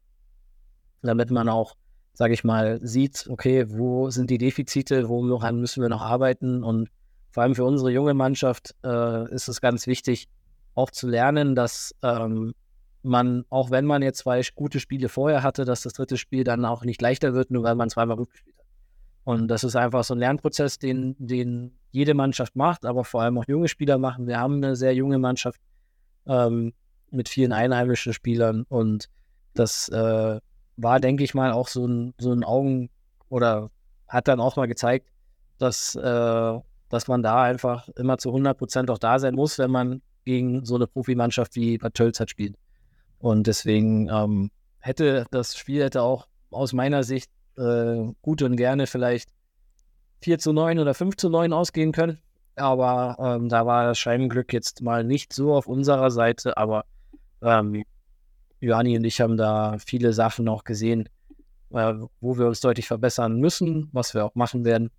damit man auch, sage ich mal, sieht, okay, wo sind die Defizite, woran müssen wir noch arbeiten, und vor allem für unsere junge Mannschaft äh, ist es ganz wichtig, auch zu lernen, dass ähm, man, auch wenn man jetzt zwei gute Spiele vorher hatte, dass das dritte Spiel dann auch nicht leichter wird, nur weil man zweimal gut gespielt hat. Und das ist einfach so ein Lernprozess, den, den jede Mannschaft macht, aber vor allem auch junge Spieler machen. Wir haben eine sehr junge Mannschaft ähm, mit vielen einheimischen Spielern, und das äh, war, denke ich mal, auch so ein, so ein Augen- oder hat dann auch mal gezeigt, dass, äh, dass man da einfach immer zu hundert Prozent auch da sein muss, wenn man gegen so eine Profimannschaft wie Bad Tölz hat spielt. Und deswegen ähm, hätte das Spiel hätte auch aus meiner Sicht äh, gut und gerne vielleicht vier zu neun oder fünf zu neun ausgehen können. Aber ähm, da war das Scheibenglück jetzt mal nicht so auf unserer Seite. Aber ähm, Johanni und ich haben da viele Sachen noch gesehen, äh, wo wir uns deutlich verbessern müssen, was wir auch machen werden.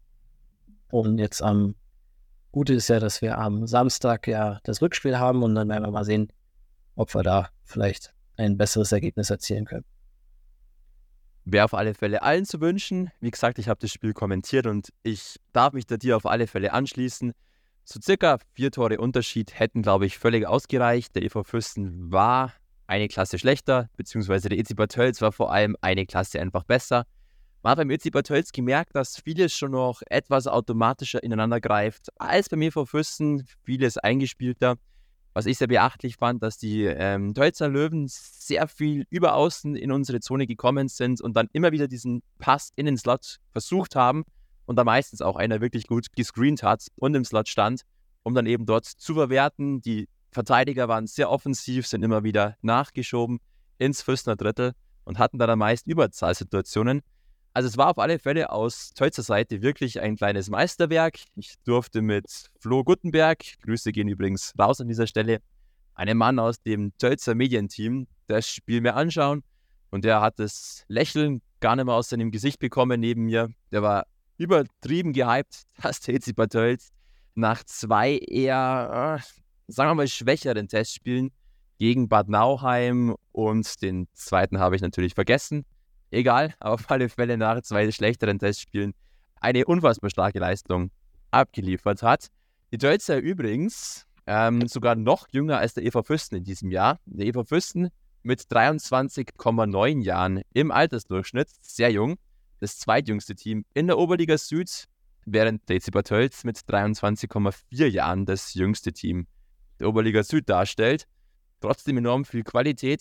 Und jetzt am ähm, Gute ist ja, dass wir am Samstag ja das Rückspiel haben, und dann werden wir mal sehen, ob wir da vielleicht ein besseres Ergebnis erzielen können. Wäre auf alle Fälle allen zu wünschen. Wie gesagt, ich habe das Spiel kommentiert und ich darf mich da dir auf alle Fälle anschließen. So circa vier Tore Unterschied hätten, glaube ich, völlig ausgereicht. Der E V Füssen war eine Klasse schlechter, beziehungsweise der E C Bad Tölz war vor allem eine Klasse einfach besser. Man hat beim E C Bad Tölz gemerkt, dass vieles schon noch etwas automatischer ineinander greift als beim E V Füssen, vieles eingespielter. Was ich sehr beachtlich fand, dass die ähm, Tölzer Löwen sehr viel über außen in unsere Zone gekommen sind und dann immer wieder diesen Pass in den Slot versucht haben und da meistens auch einer wirklich gut gescreent hat und im Slot stand, um dann eben dort zu verwerten. Die Verteidiger waren sehr offensiv, sind immer wieder nachgeschoben ins Füssener Drittel und hatten dann meist Überzahlsituationen. Also es war auf alle Fälle aus Tölzer Seite wirklich ein kleines Meisterwerk. Ich durfte mit Flo Guttenberg, Grüße gehen übrigens raus an dieser Stelle, einem Mann aus dem Tölzer Medienteam, das Spiel mir anschauen. Und der hat das Lächeln gar nicht mehr aus seinem Gesicht bekommen neben mir. Der war übertrieben gehypt, dass der E C Bad Tölz nach zwei eher, äh, sagen wir mal, schwächeren Testspielen gegen Bad Nauheim, und den zweiten habe ich natürlich vergessen. Egal, aber auf alle Fälle nach zwei schlechteren Testspielen eine unfassbar starke Leistung abgeliefert hat. Die Tölzer übrigens ähm, sogar noch jünger als der E V Füssen in diesem Jahr. Der E V Füssen mit dreiundzwanzig Komma neun Jahren im Altersdurchschnitt, sehr jung, das zweitjüngste Team in der Oberliga Süd, während der E C Bad Tölz mit dreiundzwanzig Komma vier Jahren das jüngste Team der Oberliga Süd darstellt. Trotzdem enorm viel Qualität.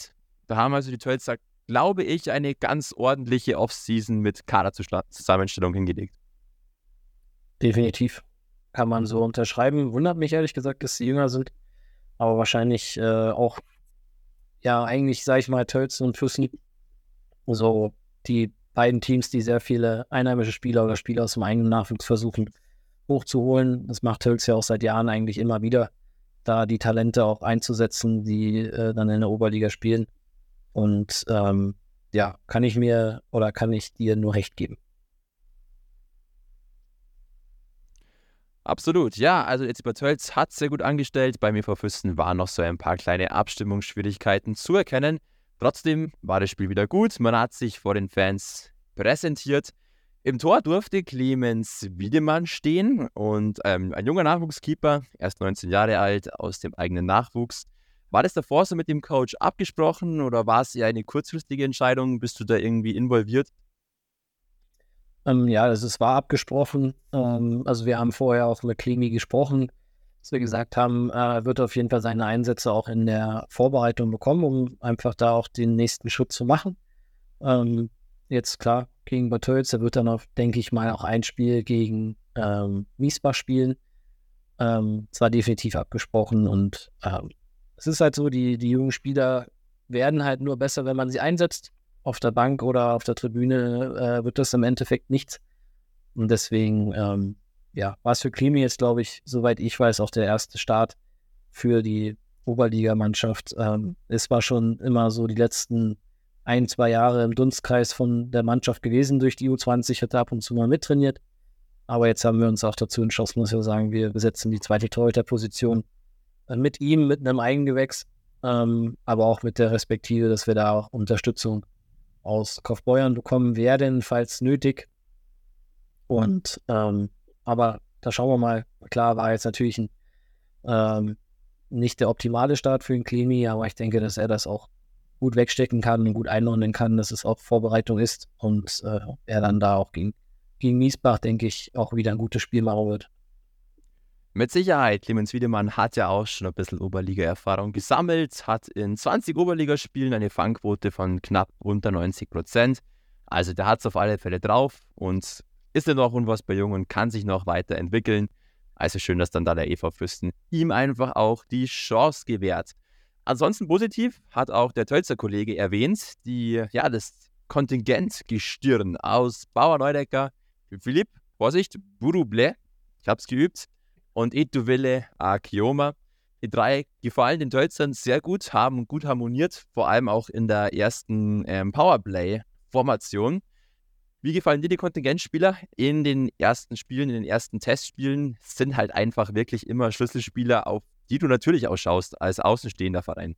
Da haben also die Tölzer, glaube ich, eine ganz ordentliche Offseason mit Kaderzusammenstellung hingelegt. Definitiv. Kann man so unterschreiben. Wundert mich ehrlich gesagt, dass sie jünger sind. Aber wahrscheinlich äh, auch, ja, eigentlich, sage ich mal, Tölz und Füssen, so die beiden Teams, die sehr viele einheimische Spieler oder Spieler aus dem eigenen Nachwuchs versuchen hochzuholen. Das macht Tölz ja auch seit Jahren eigentlich immer wieder, da die Talente auch einzusetzen, die äh, dann in der Oberliga spielen. Und ähm, ja, kann ich mir oder kann ich dir nur recht geben. Absolut, ja, also jetzt über Tölz hat es sehr gut angestellt. Bei mir vor Füssen waren noch so ein paar kleine Abstimmungsschwierigkeiten zu erkennen. Trotzdem war das Spiel wieder gut. Man hat sich vor den Fans präsentiert. Im Tor durfte Clemens Wiedemann stehen und ähm, ein junger Nachwuchskeeper, erst neunzehn Jahre alt, aus dem eigenen Nachwuchs. War das davor so mit dem Coach abgesprochen oder war es eher eine kurzfristige Entscheidung? Bist du da irgendwie involviert? Ähm, ja, also es war abgesprochen. Ähm, also wir haben vorher auch mit Klimi gesprochen, dass wir gesagt haben, er wird auf jeden Fall seine Einsätze auch in der Vorbereitung bekommen, um einfach da auch den nächsten Schritt zu machen. Ähm, jetzt klar, gegen Bad Tölz, er wird dann auch, denke ich mal, auch ein Spiel gegen ähm, Miesbach spielen. Ähm, es war definitiv abgesprochen und ähm, es ist halt so, die, die jungen Spieler werden halt nur besser, wenn man sie einsetzt. Auf der Bank oder auf der Tribüne äh, wird das im Endeffekt nichts. Und deswegen, ähm, ja, war es für Klimi jetzt, glaube ich, soweit ich weiß, auch der erste Start für die Oberligamannschaft. Ähm, es war schon immer so die letzten ein, zwei Jahre im Dunstkreis von der Mannschaft gewesen durch die U zwanzig, hat ab und zu mal mittrainiert. Aber jetzt haben wir uns auch dazu entschlossen, muss ich sagen, wir besetzen die zweite Torhüterposition äh, mit ihm, mit einem Eigengewächs, ähm, aber auch mit der Respektive, dass wir da auch Unterstützung aus Kaufbeuern bekommen werden, falls nötig. Und ähm, aber da schauen wir mal. Klar, war jetzt natürlich ein, ähm, nicht der optimale Start für den Klimi, aber ich denke, dass er das auch gut wegstecken kann und gut einordnen kann, dass es auch Vorbereitung ist und äh, er dann da auch gegen, gegen Miesbach, denke ich, auch wieder ein gutes Spiel machen wird. Mit Sicherheit, Clemens Wiedemann hat ja auch schon ein bisschen Oberliga-Erfahrung gesammelt, hat in zwanzig Oberligaspielen eine Fangquote von knapp unter neunzig Prozent. Also der hat es auf alle Fälle drauf und ist ja noch was bei Jungen, kann sich noch weiterentwickeln. Also schön, dass dann da der E V Füssen ihm einfach auch die Chance gewährt. Ansonsten positiv hat auch der Tölzer Kollege erwähnt, die, ja, das Kontingentgestirn aus Bauer Neudecker, Philipp, Vorsicht, Buruble, ich hab's geübt, und Etuvele Akioma. Die drei gefallen den Tölzern sehr gut, haben gut harmoniert, vor allem auch in der ersten ähm, Powerplay-Formation. Wie gefallen dir die Kontingentspieler? In den ersten Spielen, in den ersten Testspielen sind halt einfach wirklich immer Schlüsselspieler, auf die du natürlich auch schaust als außenstehender Verein.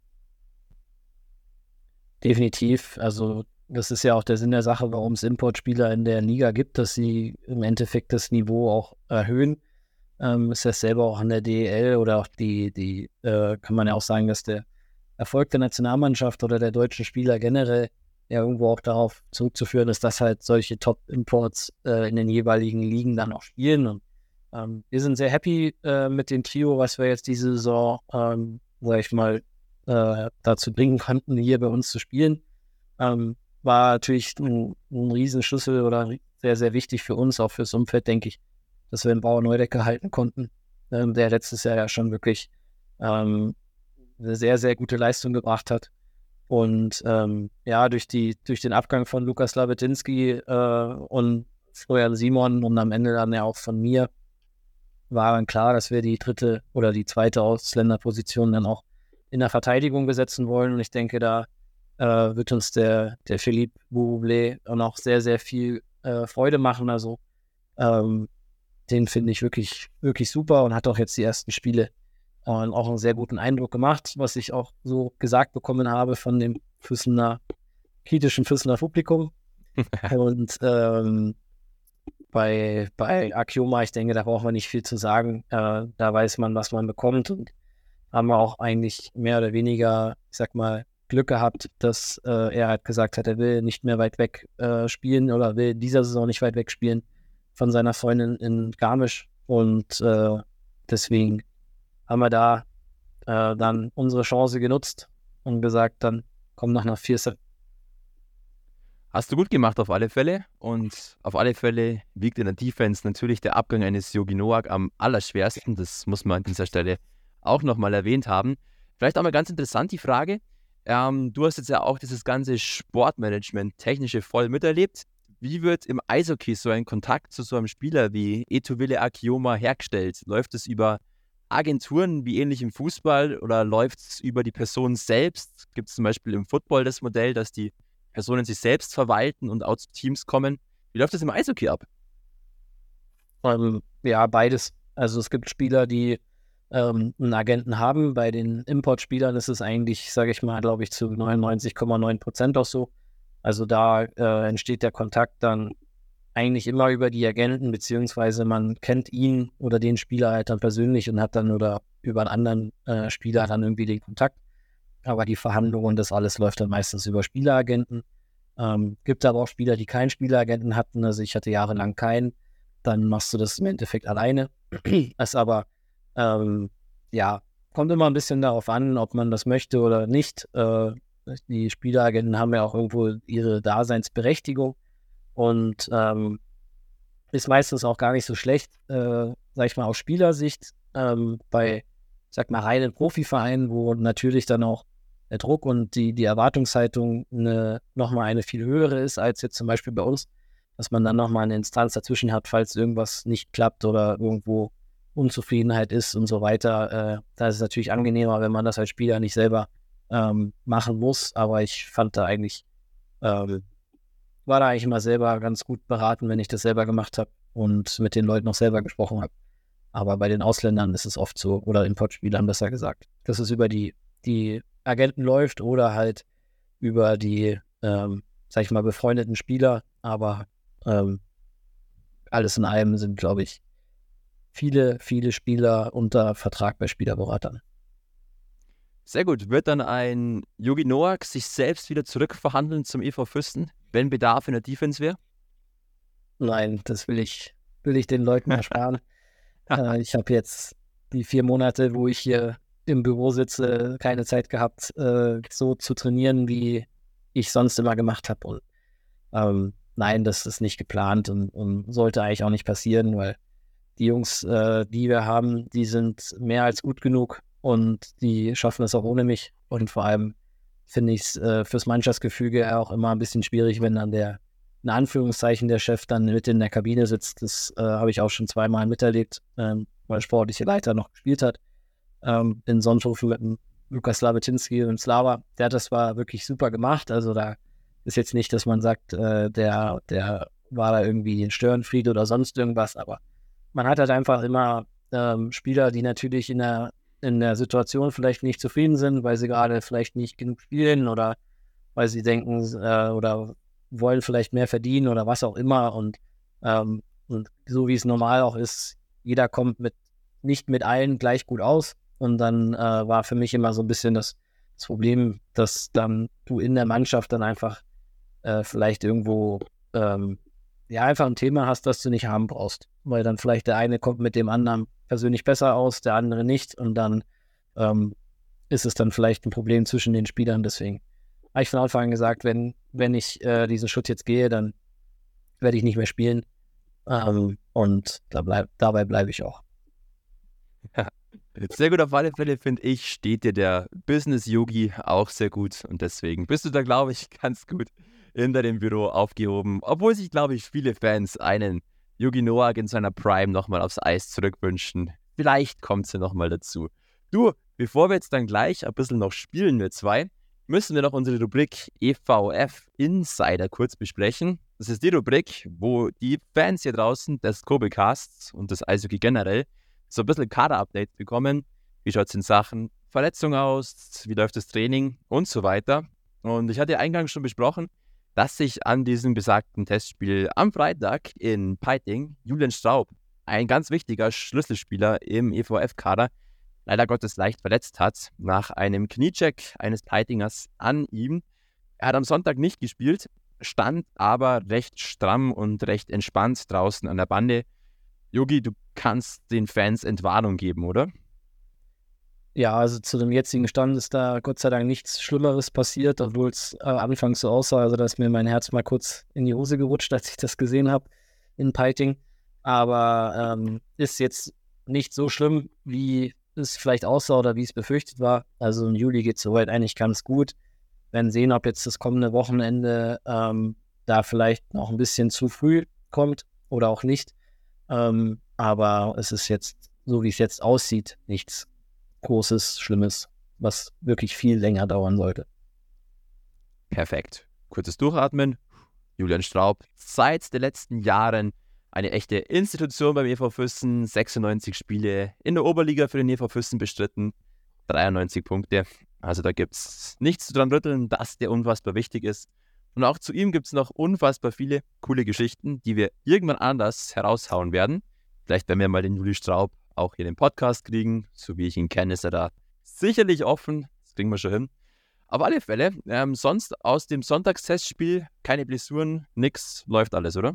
Definitiv. Also das ist ja auch der Sinn der Sache, warum es Importspieler in der Liga gibt, dass sie im Endeffekt das Niveau auch erhöhen. Ähm, ist das selber auch an der D E L oder auch die, die äh, kann man ja auch sagen, dass der Erfolg der Nationalmannschaft oder der deutschen Spieler generell ja irgendwo auch darauf zurückzuführen ist, dass halt solche Top-Imports äh, in den jeweiligen Ligen dann auch spielen. Und ähm, wir sind sehr happy äh, mit dem Trio, was wir jetzt diese Saison, ähm, sag ich mal, äh, dazu bringen konnten, hier bei uns zu spielen. Ähm, war natürlich ein, ein Riesenschlüssel oder sehr, sehr wichtig für uns, auch fürs Umfeld, denke ich, dass wir den Bauer Neudecker halten konnten, ähm, der letztes Jahr ja schon wirklich ähm, eine sehr, sehr gute Leistung gebracht hat. Und ähm, ja, durch, die, durch den Abgang von Lukas Labetinski äh, und Florian Simon und am Ende dann ja auch von mir, war dann klar, dass wir die dritte oder die zweite Ausländerposition dann auch in der Verteidigung besetzen wollen. Und ich denke, da äh, wird uns der, der Philippe Boublé auch sehr, sehr viel äh, Freude machen. Also ähm, den finde ich wirklich, wirklich super und hat auch jetzt die ersten Spiele äh, auch einen sehr guten Eindruck gemacht, was ich auch so gesagt bekommen habe von dem Füssener, kritischen Füssener Publikum. Und ähm, bei, bei Akioma, ich denke, da braucht man nicht viel zu sagen. Äh, da weiß man, was man bekommt und haben wir auch eigentlich mehr oder weniger, ich sag mal, Glück gehabt, dass äh, er halt gesagt hat, er will nicht mehr weit weg äh, spielen oder will in dieser Saison nicht weit weg spielen von seiner Freundin in Garmisch. Und äh, deswegen haben wir da äh, dann unsere Chance genutzt und gesagt, dann komme nach einer vier Set. Hast du gut gemacht auf alle Fälle und auf alle Fälle wiegt in der Defense natürlich der Abgang eines Yogi Noak am allerschwersten. Das muss man an dieser Stelle auch nochmal erwähnt haben. Vielleicht auch mal ganz interessant die Frage. Ähm, du hast jetzt ja auch dieses ganze Sportmanagement, technische voll miterlebt. Wie wird im Eishockey so ein Kontakt zu so einem Spieler wie Eetu-Ville Akioma hergestellt? Läuft es über Agenturen wie ähnlich im Fußball oder läuft es über die Person selbst? Gibt es zum Beispiel im Football das Modell, dass die Personen sich selbst verwalten und auch zu Teams kommen? Wie läuft das im Eishockey ab? Ähm, ja, beides. Also es gibt Spieler, die ähm, einen Agenten haben. Bei den Importspielern ist es eigentlich, sage ich mal, glaube ich, zu neunundneunzig Komma neun Prozent auch so. Also da äh, entsteht der Kontakt dann eigentlich immer über die Agenten, beziehungsweise man kennt ihn oder den Spieler halt dann persönlich und hat dann oder über einen anderen äh, Spieler dann irgendwie den Kontakt. Aber die Verhandlungen und das alles läuft dann meistens über Spieleragenten. Ähm, gibt aber auch Spieler, die keinen Spieleragenten hatten. Also ich hatte jahrelang keinen. Dann machst du das im Endeffekt alleine. Ist aber, ähm, ja, kommt immer ein bisschen darauf an, ob man das möchte oder nicht. Äh, die Spieleragenten haben ja auch irgendwo ihre Daseinsberechtigung und ähm, ist meistens auch gar nicht so schlecht, äh, sag ich mal, aus Spielersicht. Ähm, bei, sag mal, reinen Profivereinen, wo natürlich dann auch der Druck und die, die Erwartungshaltung eine, nochmal eine viel höhere ist, als jetzt zum Beispiel bei uns, dass man dann nochmal eine Instanz dazwischen hat, falls irgendwas nicht klappt oder irgendwo Unzufriedenheit ist und so weiter. Äh, da ist es natürlich angenehmer, wenn man das als Spieler nicht selber ähm, machen muss, aber ich fand da eigentlich, ähm, war da eigentlich immer selber ganz gut beraten, wenn ich das selber gemacht habe und mit den Leuten noch selber gesprochen habe. Aber bei den Ausländern ist es oft so, oder Importspielern besser gesagt, dass es über die, die Agenten läuft oder halt über die, ähm, sag ich mal, befreundeten Spieler. Aber ähm, alles in allem sind, glaube ich, viele, viele Spieler unter Vertrag bei Spielerberatern. Sehr gut. Wird dann ein Yogi Noak sich selbst wieder zurückverhandeln zum E V Füssen, wenn Bedarf in der Defense wäre? Nein, das will ich, will ich den Leuten ersparen. äh, ich habe jetzt die vier Monate, wo ich hier im Büro sitze, keine Zeit gehabt, äh, so zu trainieren, wie ich sonst immer gemacht habe. Und ähm, nein, das ist nicht geplant und, und sollte eigentlich auch nicht passieren, weil die Jungs, äh, die wir haben, die sind mehr als gut genug und die schaffen es auch ohne mich. Und vor allem finde ich es äh, fürs Mannschaftsgefüge auch immer ein bisschen schwierig, wenn dann der, in Anführungszeichen, der Chef dann mit in der Kabine sitzt. Das äh, habe ich auch schon zweimal miterlebt, ähm, weil der sportliche Leiter noch gespielt hat. Ähm, in Sonthofen mit dem Lukas Slawetinski und Slava. Der hat das zwar wirklich super gemacht. Also da ist jetzt nicht, dass man sagt, äh, der, der war da irgendwie ein Störenfried oder sonst irgendwas, aber man hat halt einfach immer ähm, Spieler, die natürlich in der, in der Situation vielleicht nicht zufrieden sind, weil sie gerade vielleicht nicht genug spielen oder weil sie denken äh, oder wollen vielleicht mehr verdienen oder was auch immer. Und, ähm, und so wie es normal auch ist, jeder kommt mit nicht mit allen gleich gut aus. Und dann äh, war für mich immer so ein bisschen das, das Problem, dass dann du in der Mannschaft dann einfach äh, vielleicht irgendwo ähm, ja einfach ein Thema hast, das du nicht haben brauchst. Weil dann vielleicht der eine kommt mit dem anderen persönlich besser aus, der andere nicht. Und dann ähm, ist es dann vielleicht ein Problem zwischen den Spielern. Deswegen habe ich von Anfang an gesagt, wenn, wenn ich äh, diesen Schritt jetzt gehe, dann werde ich nicht mehr spielen. Ähm, und da bleib, dabei bleibe ich auch. Sehr gut, auf alle Fälle, finde ich, steht dir der Business-Yogi auch sehr gut. Und deswegen bist du da, glaube ich, ganz gut hinter dem Büro aufgehoben. Obwohl sich, glaube ich, viele Fans einen Yogi Noak in seiner Prime nochmal aufs Eis zurückwünschen. Vielleicht kommt es ja nochmal dazu. Du, bevor wir jetzt dann gleich ein bisschen noch spielen, wir zwei, müssen wir noch unsere Rubrik E V F Insider kurz besprechen. Das ist die Rubrik, wo die Fans hier draußen des Kobe-Casts und des Eishockey generell so ein bisschen Kader-Updates bekommen. Wie schaut es in Sachen Verletzung aus? Wie läuft das Training? Und so weiter. Und ich hatte eingangs schon besprochen, dass sich an diesem besagten Testspiel am Freitag in Peiting Julian Straub, ein ganz wichtiger Schlüsselspieler im E V F-Kader, leider Gottes leicht verletzt hat, nach einem Kniecheck eines Peitingers an ihm. Er hat am Sonntag nicht gespielt, stand aber recht stramm und recht entspannt draußen an der Bande. Yogi, du kannst den Fans Entwarnung geben, oder? Ja, also zu dem jetzigen Stand ist da Gott sei Dank nichts Schlimmeres passiert, obwohl es äh, anfangs so aussah. Also da ist mir mein Herz mal kurz in die Hose gerutscht, als ich das gesehen habe in Peiting. Aber ähm, ist jetzt nicht so schlimm, wie es vielleicht aussah oder wie es befürchtet war. Also im Juli geht es soweit eigentlich ganz gut. Wir werden sehen, ob jetzt das kommende Wochenende ähm, da vielleicht noch ein bisschen zu früh kommt oder auch nicht. Ähm, aber es ist jetzt, so wie es jetzt aussieht, nichts Großes, Schlimmes, was wirklich viel länger dauern sollte. Perfekt. Kurzes Durchatmen. Julian Straub, seit den letzten Jahren eine echte Institution beim E V Füssen. sechsundneunzig Spiele in der Oberliga für den E V Füssen bestritten. dreiundneunzig Punkte. Also da gibt es nichts dran rütteln, dass der unfassbar wichtig ist. Und auch zu ihm gibt es noch unfassbar viele coole Geschichten, die wir irgendwann anders heraushauen werden. Vielleicht werden wir mal den Juli Straub auch hier in den Podcast kriegen. So wie ich ihn kenne, ist er da sicherlich offen. Das kriegen wir schon hin. Auf alle Fälle, ähm, sonst aus dem Sonntagstestspiel keine Blessuren, nix, läuft alles, oder?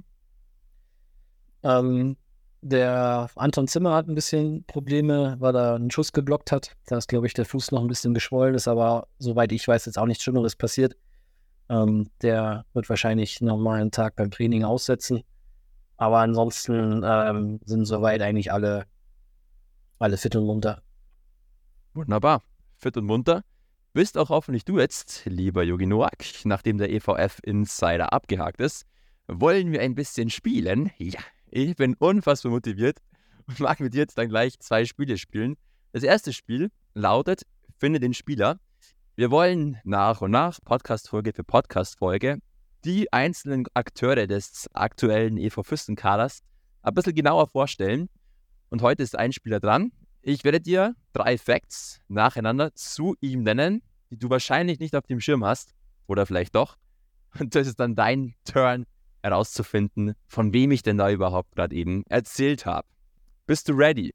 Ähm, der Anton Zimmer hat ein bisschen Probleme, weil er einen Schuss geblockt hat. Da ist, glaube ich, der Fuß noch ein bisschen geschwollen, ist aber, soweit ich weiß, jetzt auch nichts Schlimmeres passiert. Ähm, der wird wahrscheinlich nochmal einen Tag beim Training aussetzen. Aber ansonsten ähm, sind soweit eigentlich alle, alle fit und munter. Wunderbar, fit und munter. Bist auch hoffentlich du jetzt, lieber Jogi Noack, nachdem der E V F-Insider abgehakt ist. Wollen wir ein bisschen spielen? Ja, ich bin unfassbar motiviert und mag mit dir jetzt dann gleich zwei Spiele spielen. Das erste Spiel lautet, finde den Spieler. Wir wollen nach und nach, Podcast-Folge für Podcast-Folge, die einzelnen Akteure des aktuellen E V Füssen-Kaders ein bisschen genauer vorstellen. Und heute ist ein Spieler dran. Ich werde dir drei Facts nacheinander zu ihm nennen, die du wahrscheinlich nicht auf dem Schirm hast. Oder vielleicht doch. Und das ist dann dein Turn, herauszufinden, von wem ich denn da überhaupt gerade eben erzählt habe. Bist du ready?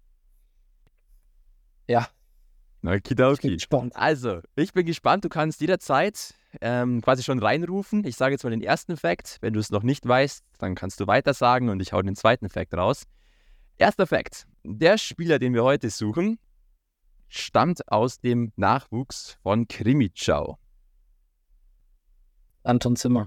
Ja. Okidoki. Ich bin gespannt. Also, ich bin gespannt. Du kannst jederzeit ähm, quasi schon reinrufen. Ich sage jetzt mal den ersten Fact. Wenn du es noch nicht weißt, dann kannst du weiter sagen und ich hau den zweiten Fact raus. Erster Fact. Der Spieler, den wir heute suchen, stammt aus dem Nachwuchs von Krimitschau. Anton Zimmer.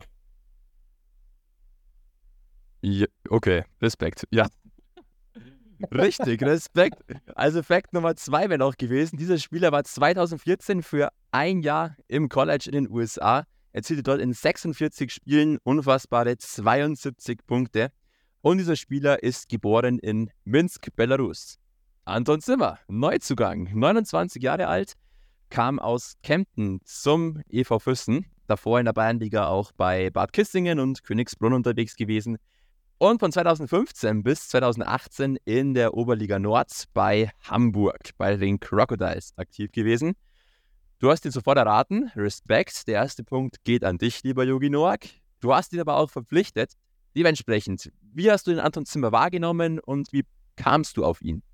Ja, okay, Respekt. Ja. Richtig, Respekt. Also Fact Nummer zwei wäre noch gewesen. Dieser Spieler war zweitausendvierzehn für ein Jahr im College in den U S A. Erzielte dort in sechsundvierzig Spielen unfassbare zweiundsiebzig Punkte. Und dieser Spieler ist geboren in Minsk, Belarus. Anton Zimmer, Neuzugang, neunundzwanzig Jahre alt, kam aus Kempten zum E V Füssen. Davor in der Bayernliga auch bei Bad Kissingen und Königsbrunn unterwegs gewesen. Und von zweitausendfünfzehn bis zweitausendachtzehn in der Oberliga Nord bei Hamburg, bei den Crocodiles aktiv gewesen. Du hast ihn sofort erraten. Respekt. Der erste Punkt geht an dich, lieber Jogi Noack. Du hast ihn aber auch verpflichtet. Dementsprechend, wie hast du den Anton Zimmer wahrgenommen und wie kamst du auf ihn?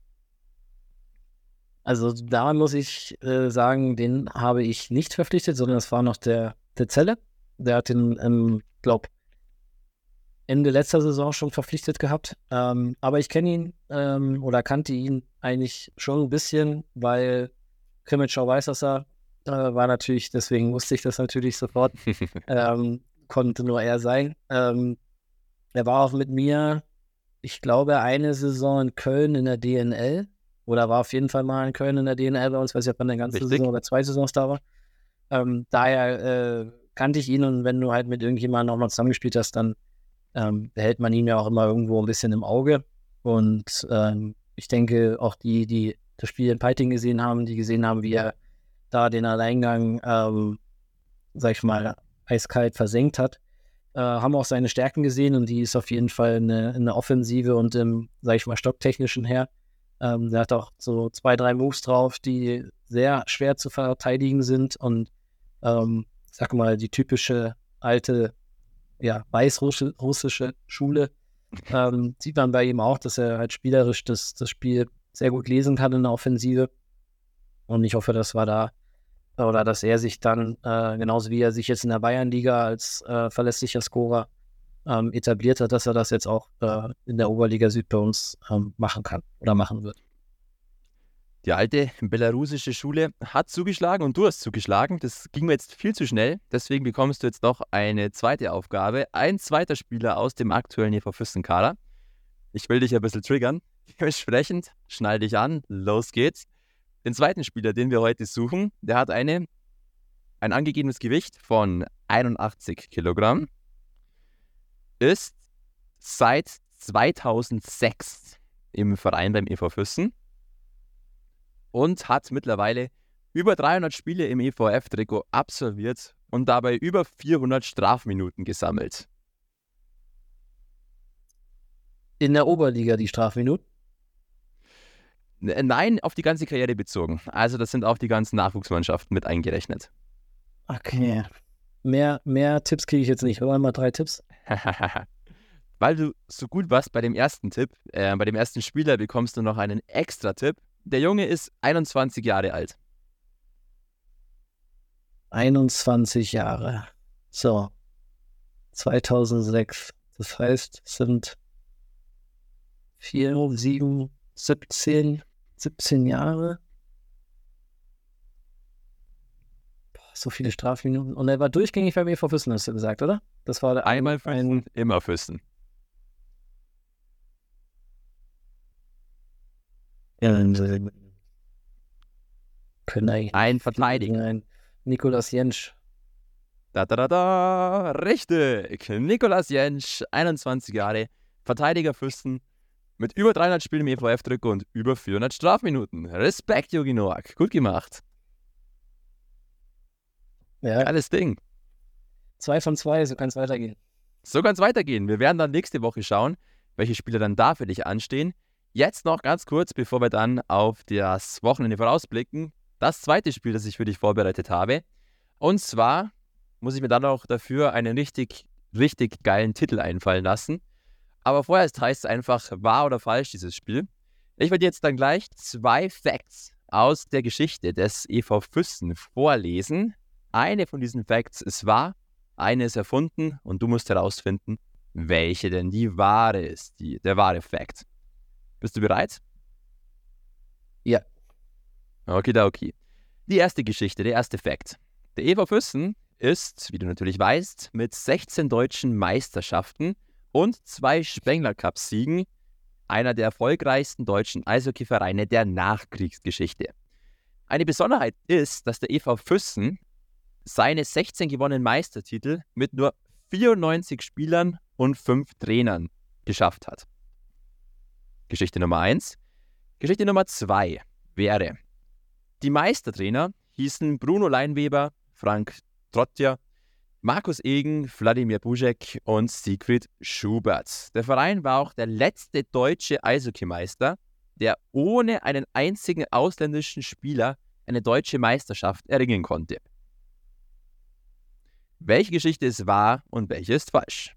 Also da muss ich äh, sagen, den habe ich nicht verpflichtet, sondern es war noch der, der Zelle. Der hat den, ähm, glaube Ende letzter Saison schon verpflichtet gehabt. Ähm, aber ich kenne ihn ähm, oder kannte ihn eigentlich schon ein bisschen, weil Krimitschau weiß, dass er äh, war natürlich, deswegen wusste ich das natürlich sofort. ähm, konnte nur er sein. Ähm, er war auch mit mir, ich glaube, eine Saison in Köln in der D N L. Oder war auf jeden Fall mal in Köln in der D N L bei uns, weiß ich, ob er eine ganze Richtig. Saison oder zwei Saisons da war. Ähm, daher äh, kannte ich ihn und wenn du halt mit irgendjemandem nochmal zusammengespielt hast, dann ähm, behält man ihn ja auch immer irgendwo ein bisschen im Auge. Und ähm, ich denke, auch die, die das Spiel in Peiting gesehen haben, die gesehen haben, wie er da den Alleingang, ähm, sag ich mal, eiskalt versenkt hat, äh, haben auch seine Stärken gesehen und die ist auf jeden Fall eine, eine Offensive und im, sag ich mal, stocktechnischen her. Ähm, der hat auch so zwei, drei Moves drauf, die sehr schwer zu verteidigen sind und ähm, sag mal, die typische alte, ja, weißrussische Schule ähm, sieht man bei ihm auch, dass er halt spielerisch das, das Spiel sehr gut lesen kann in der Offensive. Und ich hoffe, dass wir da oder dass er sich dann, äh, genauso wie er sich jetzt in der Bayernliga als äh, verlässlicher Scorer ähm, etabliert hat, dass er das jetzt auch äh, in der Oberliga Süd bei uns ähm, machen kann oder machen wird. Die alte belarussische Schule hat zugeschlagen und du hast zugeschlagen. Das ging mir jetzt viel zu schnell. Deswegen bekommst du jetzt noch eine zweite Aufgabe. Ein zweiter Spieler aus dem aktuellen E V Füssen-Kader. Ich will dich ein bisschen triggern. Dementsprechend schnall dich an. Los geht's. Den zweiten Spieler, den wir heute suchen, der hat eine, ein angegebenes Gewicht von einundachtzig Kilogramm. Ist seit zweitausendsechs im Verein beim E V Füssen. Und hat mittlerweile über dreihundert Spiele im E V F-Trikot absolviert und dabei über vierhundert Strafminuten gesammelt. In der Oberliga die Strafminuten? Nein, auf die ganze Karriere bezogen. Also das sind auch die ganzen Nachwuchsmannschaften mit eingerechnet. Okay. Mehr, mehr Tipps kriege ich jetzt nicht. Oder mal drei Tipps? Weil du so gut warst bei dem ersten Tipp, äh, bei dem ersten Spieler bekommst du noch einen extra Tipp. Der Junge ist einundzwanzig Jahre alt. einundzwanzig Jahre. So. zweitausendsechs. Das heißt, es sind vier, sieben, siebzehn, siebzehn Jahre. Boah, so viele Strafminuten. Und er war durchgängig beim E V Füssen, hast du gesagt, oder? Das war der Einmal Füssen, immer Füssen. Ja, können eigentlich ein Verteidiger. Ein Nikolaus Jentsch. Da, da, da, da, richtig. Nikolaus Jentsch, einundzwanzig Jahre, Verteidiger Füssen, mit über dreihundert Spielen im E V F-Trikot und über vierhundert Strafminuten. Respekt, Jogi Noack. Gut gemacht. Ja. Geiles Ding. Zwei von zwei, so kann es weitergehen. So kann es weitergehen. Wir werden dann nächste Woche schauen, welche Spieler dann da für dich anstehen. Jetzt noch ganz kurz, bevor wir dann auf das Wochenende vorausblicken, das zweite Spiel, das ich für dich vorbereitet habe. Und zwar muss ich mir dann auch dafür einen richtig, richtig geilen Titel einfallen lassen. Aber vorher heißt es einfach wahr oder falsch, dieses Spiel. Ich werde jetzt dann gleich zwei Facts aus der Geschichte des E V Füssen vorlesen. Eine von diesen Facts ist wahr, eine ist erfunden und du musst herausfinden, welche denn die wahre ist, die, der wahre Fact. Bist du bereit? Ja. Okay, da okay. Die erste Geschichte, der erste Fact. Der E V Füssen ist, wie du natürlich weißt, mit sechzehn deutschen Meisterschaften und zwei Spengler-Cup-Siegen einer der erfolgreichsten deutschen Eishockeyvereine der Nachkriegsgeschichte. Eine Besonderheit ist, dass der E V Füssen seine sechzehn gewonnenen Meistertitel mit nur vierundneunzig Spielern und fünf Trainern geschafft hat. Geschichte Nummer eins. Geschichte Nummer zwei wäre: Die Meistertrainer hießen Bruno Leinweber, Frank Trottja, Markus Egen, Wladimir Buschek und Siegfried Schubert. Der Verein war auch der letzte deutsche Eishockeymeister, der ohne einen einzigen ausländischen Spieler eine deutsche Meisterschaft erringen konnte. Welche Geschichte ist wahr und welche ist falsch?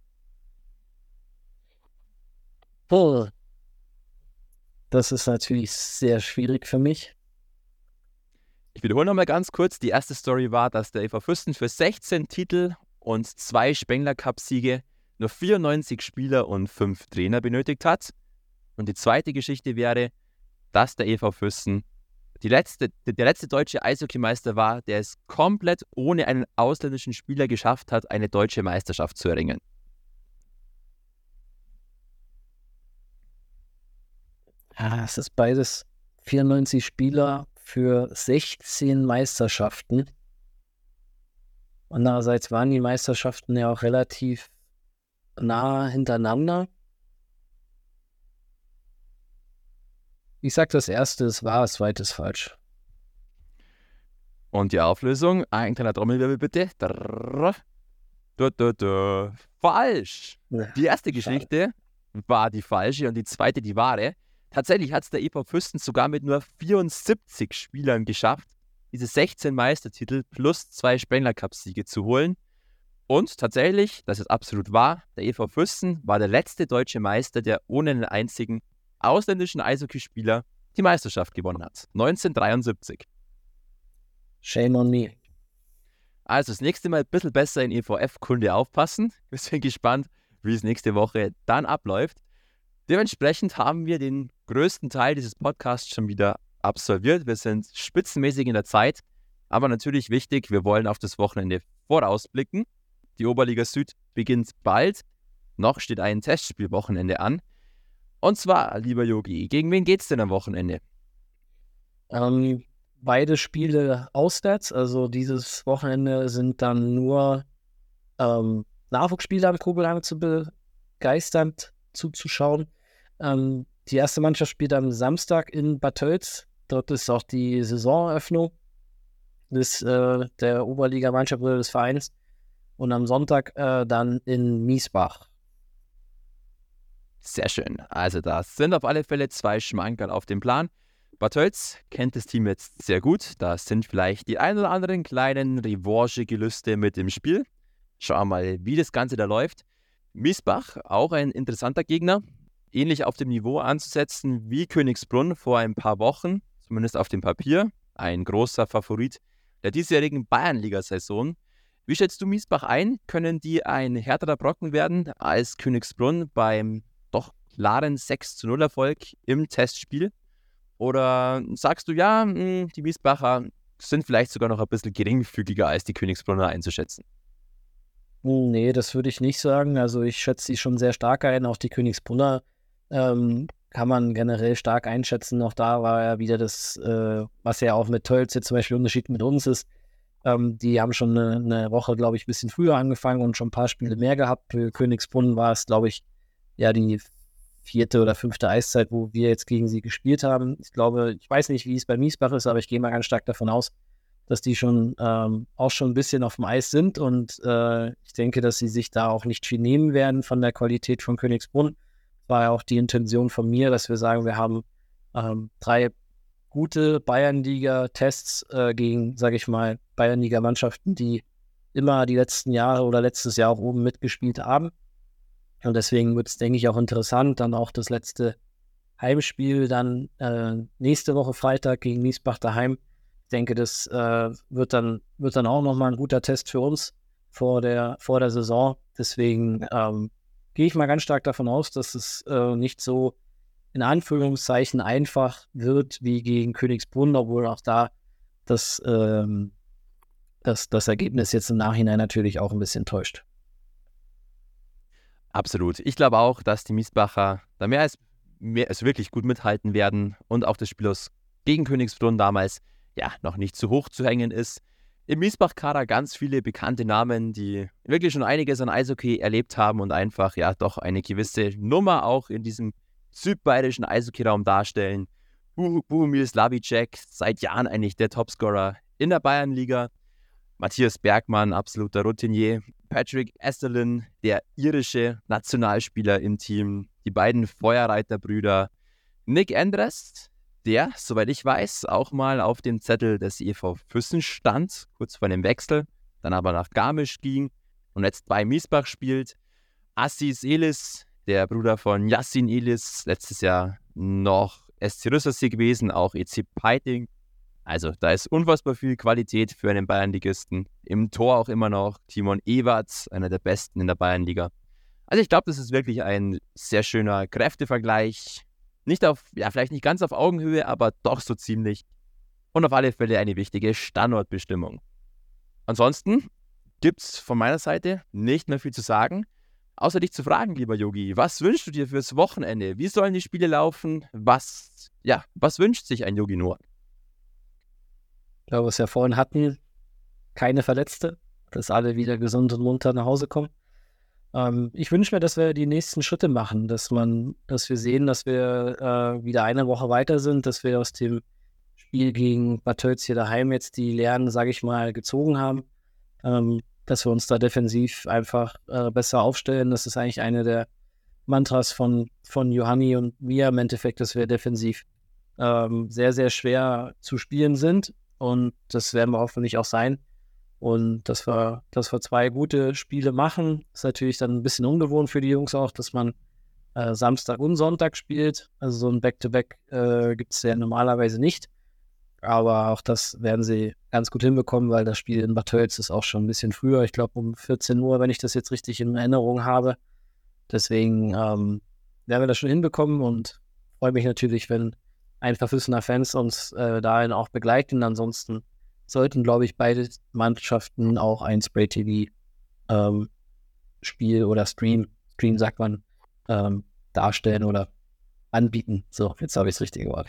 Oh. Das ist natürlich sehr schwierig für mich. Ich wiederhole nochmal ganz kurz. Die erste Story war, dass der E V Füssen für sechzehn Titel und zwei Spengler-Cup-Siege nur vierundneunzig Spieler und fünf Trainer benötigt hat. Und die zweite Geschichte wäre, dass der E V Füssen die letzte, der letzte deutsche Eishockeymeister war, der es komplett ohne einen ausländischen Spieler geschafft hat, eine deutsche Meisterschaft zu erringen. Ja, es ist beides vierundneunzig Spieler für sechzehn Meisterschaften. Andererseits waren die Meisterschaften ja auch relativ nah hintereinander. Ich sag, das erste ist wahr, das zweite ist falsch. Und die Auflösung, ein kleiner Trommelwirbel bitte. Drrr. Du, du, du. Falsch! Die erste Geschichte war die falsche und die zweite die wahre. Tatsächlich hat es der E V Füssen sogar mit nur vierundsiebzig Spielern geschafft, diese sechzehn Meistertitel plus zwei Spengler-Cup-Siege zu holen. Und tatsächlich, das ist absolut wahr, der E V Füssen war der letzte deutsche Meister, der ohne einen einzigen ausländischen Eishockeyspieler die Meisterschaft gewonnen hat. neunzehnhundertdreiundsiebzig. Shame on me. Also das nächste Mal ein bisschen besser in E V F-Kunde aufpassen. Wir sind gespannt, wie es nächste Woche dann abläuft. Dementsprechend haben wir den größten Teil dieses Podcasts schon wieder absolviert. Wir sind spitzenmäßig in der Zeit, aber natürlich wichtig, wir wollen auf das Wochenende vorausblicken. Die Oberliga Süd beginnt bald. Noch steht ein Testspielwochenende an. Und zwar, lieber Yogi, gegen wen geht's denn am Wochenende? Ähm, beide Spiele auswärts, also dieses Wochenende sind dann nur ähm, Nachwuchsspieler am Kobelheim zu begeisternd zuzuschauen. Ähm, die erste Mannschaft spielt am Samstag in Bad Tölz. Dort ist auch die Saisoneröffnung des, äh, der Oberligamannschaft oder des Vereins. Und am Sonntag äh, dann in Miesbach. Sehr schön. Also das sind auf alle Fälle zwei Schmankerl auf dem Plan. Bad Tölz kennt das Team jetzt sehr gut. Da sind vielleicht die ein oder anderen kleinen Revanche-Gelüste mit im Spiel. Schauen wir mal, wie das Ganze da läuft. Miesbach, auch ein interessanter Gegner. Ähnlich auf dem Niveau anzusetzen wie Königsbrunn vor ein paar Wochen, zumindest auf dem Papier. Ein großer Favorit der diesjährigen Bayernliga-Saison. Wie schätzt du Miesbach ein? Können die ein härterer Brocken werden als Königsbrunn beim doch klaren sechs zu null Erfolg im Testspiel? Oder sagst du, ja, die Miesbacher sind vielleicht sogar noch ein bisschen geringfügiger als die Königsbrunner einzuschätzen? Nee, das würde ich nicht sagen. Also ich schätze sie schon sehr stark ein. Auch die Königsbrunner ähm, kann man generell stark einschätzen. Auch da war ja wieder das, äh, was ja auch mit Tölz jetzt zum Beispiel Unterschied mit uns ist. Ähm, die haben schon eine, eine Woche, glaube ich, ein bisschen früher angefangen und schon ein paar Spiele mehr gehabt. Für Königsbrunn war es, glaube ich, ja die vierte oder fünfte Eiszeit, wo wir jetzt gegen sie gespielt haben. Ich glaube, ich weiß nicht, wie es bei Miesbach ist, aber ich gehe mal ganz stark davon aus, dass die schon ähm, auch schon ein bisschen auf dem Eis sind und äh, ich denke, dass sie sich da auch nicht viel nehmen werden von der Qualität von Königsbrunn. Das war ja auch die Intention von mir, dass wir sagen, wir haben ähm, drei gute Bayernliga-Tests äh, gegen, sage ich mal, Bayernliga-Mannschaften, die immer die letzten Jahre oder letztes Jahr auch oben mitgespielt haben. Und deswegen wird es, denke ich, auch interessant. Dann auch das letzte Heimspiel dann äh, nächste Woche Freitag gegen Miesbach daheim. Ich denke, das äh, wird dann, wird dann auch nochmal ein guter Test für uns vor der, vor der Saison. Deswegen ähm, gehe ich mal ganz stark davon aus, dass es äh, nicht so in Anführungszeichen einfach wird wie gegen Königsbrunn, obwohl auch da das, ähm, das, das Ergebnis jetzt im Nachhinein natürlich auch ein bisschen täuscht. Absolut. Ich glaube auch, dass die Miesbacher da mehr als, mehr als wirklich gut mithalten werden und auch das Spiel aus gegen Königsbrunn damals ja noch nicht zu hoch zu hängen ist. Im Miesbach-Kader ganz viele bekannte Namen, die wirklich schon einiges an Eishockey erlebt haben und einfach ja doch eine gewisse Nummer auch in diesem südbayerischen Eishockey-Raum darstellen. Bohumil Slavicek, seit Jahren eigentlich der Topscorer in der Bayernliga. Matthias Bergmann, absoluter Routinier. Patrick Esterlin, der irische Nationalspieler im Team. Die beiden Feuerreiterbrüder. Nick Endrest, der, soweit ich weiß, auch mal auf dem Zettel des E V Füssen stand, kurz vor dem Wechsel, dann aber nach Garmisch ging und jetzt bei Miesbach spielt. Assis Elis, der Bruder von Yassin Elis, letztes Jahr noch S C Rüssersee gewesen, auch E C Peiting. Also da ist unfassbar viel Qualität für einen Bayernligisten. Im Tor auch immer noch Timon Ewerts, einer der Besten in der Bayernliga. Also ich glaube, das ist wirklich ein sehr schöner Kräftevergleich. Nicht auf, ja vielleicht nicht ganz auf Augenhöhe, aber doch so ziemlich. Und auf alle Fälle eine wichtige Standortbestimmung. Ansonsten gibt es von meiner Seite nicht mehr viel zu sagen. Außer dich zu fragen, lieber Yogi, was wünschst du dir fürs Wochenende? Wie sollen die Spiele laufen? Was, ja, was wünscht sich ein Yogi Noah? Ich glaube, was wir vorhin hatten, keine Verletzte, dass alle wieder gesund und munter nach Hause kommen. Ähm, ich wünsche mir, dass wir die nächsten Schritte machen, dass man, dass wir sehen, dass wir äh, wieder eine Woche weiter sind, dass wir aus dem Spiel gegen Bad Tölz hier daheim jetzt die Lehren, sage ich mal, gezogen haben, ähm, dass wir uns da defensiv einfach äh, besser aufstellen. Das ist eigentlich eine der Mantras von, von Johanni und mir im Endeffekt, dass wir defensiv ähm, sehr, sehr schwer zu spielen sind. Und das werden wir hoffentlich auch sein. Und dass wir, dass wir zwei gute Spiele machen, ist natürlich dann ein bisschen ungewohnt für die Jungs auch, dass man äh, Samstag und Sonntag spielt. Also so ein Back-to-Back äh, gibt es ja normalerweise nicht. Aber auch das werden sie ganz gut hinbekommen, weil das Spiel in Bad Tölz ist auch schon ein bisschen früher. Ich glaube um vierzehn Uhr, wenn ich das jetzt richtig in Erinnerung habe. Deswegen ähm, werden wir das schon hinbekommen und freue mich natürlich, wenn Einverfüssener Fans uns äh, dahin auch begleiten. Ansonsten sollten, glaube ich, beide Mannschaften auch ein Spray-T V-Spiel ähm, oder Stream, Stream sagt man, ähm, darstellen oder anbieten. So, jetzt habe ich das richtige Wort.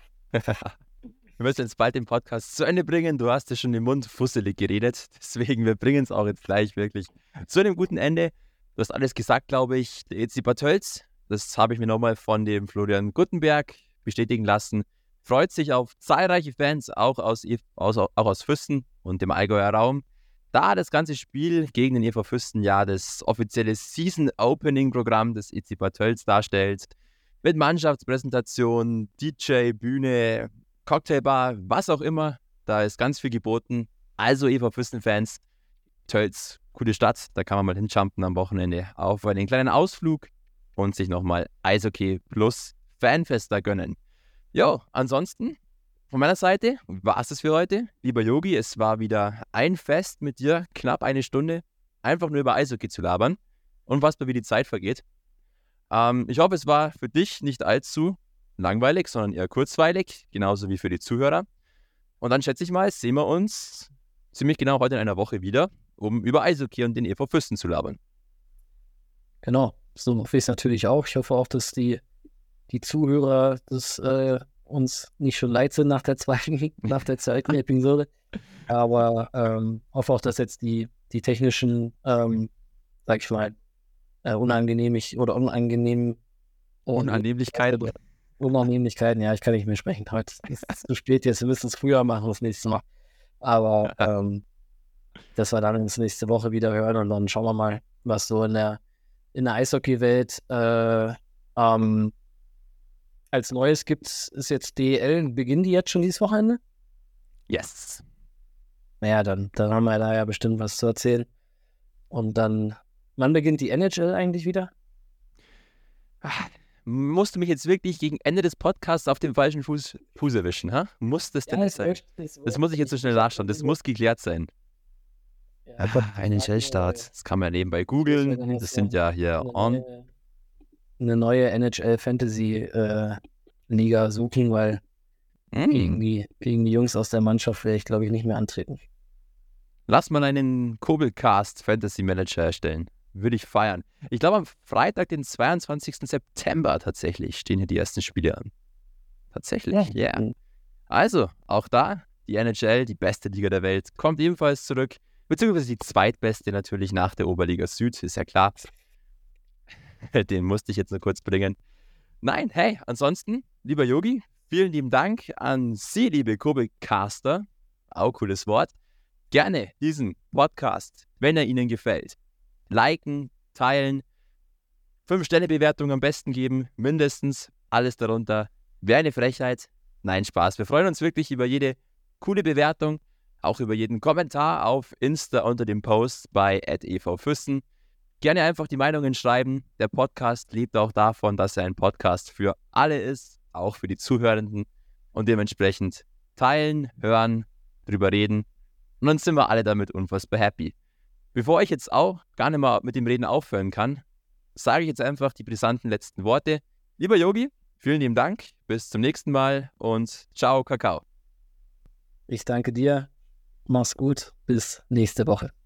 Wir müssen jetzt bald den Podcast zu Ende bringen. Du hast ja schon den Mund fusselig geredet. Deswegen, wir bringen es auch jetzt gleich wirklich zu einem guten Ende. Du hast alles gesagt, glaube ich. Der E C Bad Tölz, das habe ich mir nochmal von dem Florian Guttenberg bestätigen lassen. Freut sich auf zahlreiche Fans, auch aus, aus, auch aus Füssen und dem Allgäuer Raum. Da das ganze Spiel gegen den E V Füssen ja das offizielle Season-Opening-Programm des E C Bad Tölz darstellt. Mit Mannschaftspräsentation, D J, Bühne, Cocktailbar, was auch immer. Da ist ganz viel geboten. Also E V Füssen-Fans, Tölz, coole Stadt. Da kann man mal hinjumpen am Wochenende auf einen kleinen Ausflug und sich nochmal Eishockey plus Fanfest da gönnen. Jo, ansonsten von meiner Seite war es das für heute. Lieber Yogi, es war wieder ein Fest mit dir, knapp eine Stunde, einfach nur über Eishockey zu labern. Unfassbar, wie die Zeit vergeht. Ähm, ich hoffe, es war für dich nicht allzu langweilig, sondern eher kurzweilig, genauso wie für die Zuhörer. Und dann schätze ich mal, sehen wir uns ziemlich genau heute in einer Woche wieder, um über Eishockey und den E V Füssen zu labern. Genau, so hoffe ich es natürlich auch. Ich hoffe auch, dass die, die Zuhörer das äh, uns nicht schon leid sind nach der zweiten, nach der zweiten Episode. Aber ähm, hoffe auch, dass jetzt die, die technischen, ähm, sag ich mal, äh, unangenehmig oder unangenehm Unannehmlichkeiten. Unannehmlichkeiten, ja, ich kann nicht mehr sprechen. Heute ist es zu spät jetzt, wir müssen es früher machen, das nächste Mal. Aber ähm, dass wir dann uns nächste Woche wieder hören und dann schauen wir mal, was so in der, in der Eishockey-Welt äh, ähm, als Neues gibt. Ist jetzt D E L, beginnen die jetzt schon dieses Wochenende? Yes. Naja, dann, dann haben wir da ja bestimmt was zu erzählen. Und dann, wann beginnt die N H L eigentlich wieder? Musst du mich jetzt wirklich gegen Ende des Podcasts auf dem falschen Fuß, Fuß erwischen, ha? Muss das denn ja, sein? Das, das muss ich jetzt so schnell nachschauen, das muss geklärt sein. Ja, ah, N H L-Start, das kann man ja nebenbei googeln, das sind ja hier eine on. Neue, eine neue N H L Fantasy äh, Liga suchen, weil mm. gegen, die, gegen die Jungs aus der Mannschaft werde ich, glaube ich, nicht mehr antreten. Lass mal einen Kobelcast Fantasy Manager erstellen. Würde ich feiern. Ich glaube, am Freitag, den zweiundzwanzigsten September tatsächlich, stehen hier die ersten Spiele an. Tatsächlich, ja. Yeah. Also, auch da, die N H L, die beste Liga der Welt, kommt ebenfalls zurück. Beziehungsweise die zweitbeste natürlich nach der Oberliga Süd, ist ja klar. Den musste ich jetzt nur kurz bringen. Nein, hey, ansonsten, lieber Yogi, vielen lieben Dank an Sie, liebe Kobelcaster. Auch cooles Wort. Gerne diesen Podcast, wenn er Ihnen gefällt, liken, teilen, fünf Sterne Bewertung am besten geben, mindestens, alles darunter. Wäre eine Frechheit. Nein, Spaß. Wir freuen uns wirklich über jede coole Bewertung, auch über jeden Kommentar auf Insta unter dem Post bei at e v füssen. Gerne einfach die Meinungen schreiben. Der Podcast lebt auch davon, dass er ein Podcast für alle ist, auch für die Zuhörenden, und dementsprechend teilen, hören, drüber reden, und dann sind wir alle damit unfassbar happy. Bevor ich jetzt auch gar nicht mal mit dem Reden aufhören kann, sage ich jetzt einfach die brisanten letzten Worte. Lieber Yogi, vielen lieben Dank, bis zum nächsten Mal und ciao, Kakao. Ich danke dir, mach's gut, bis nächste Woche.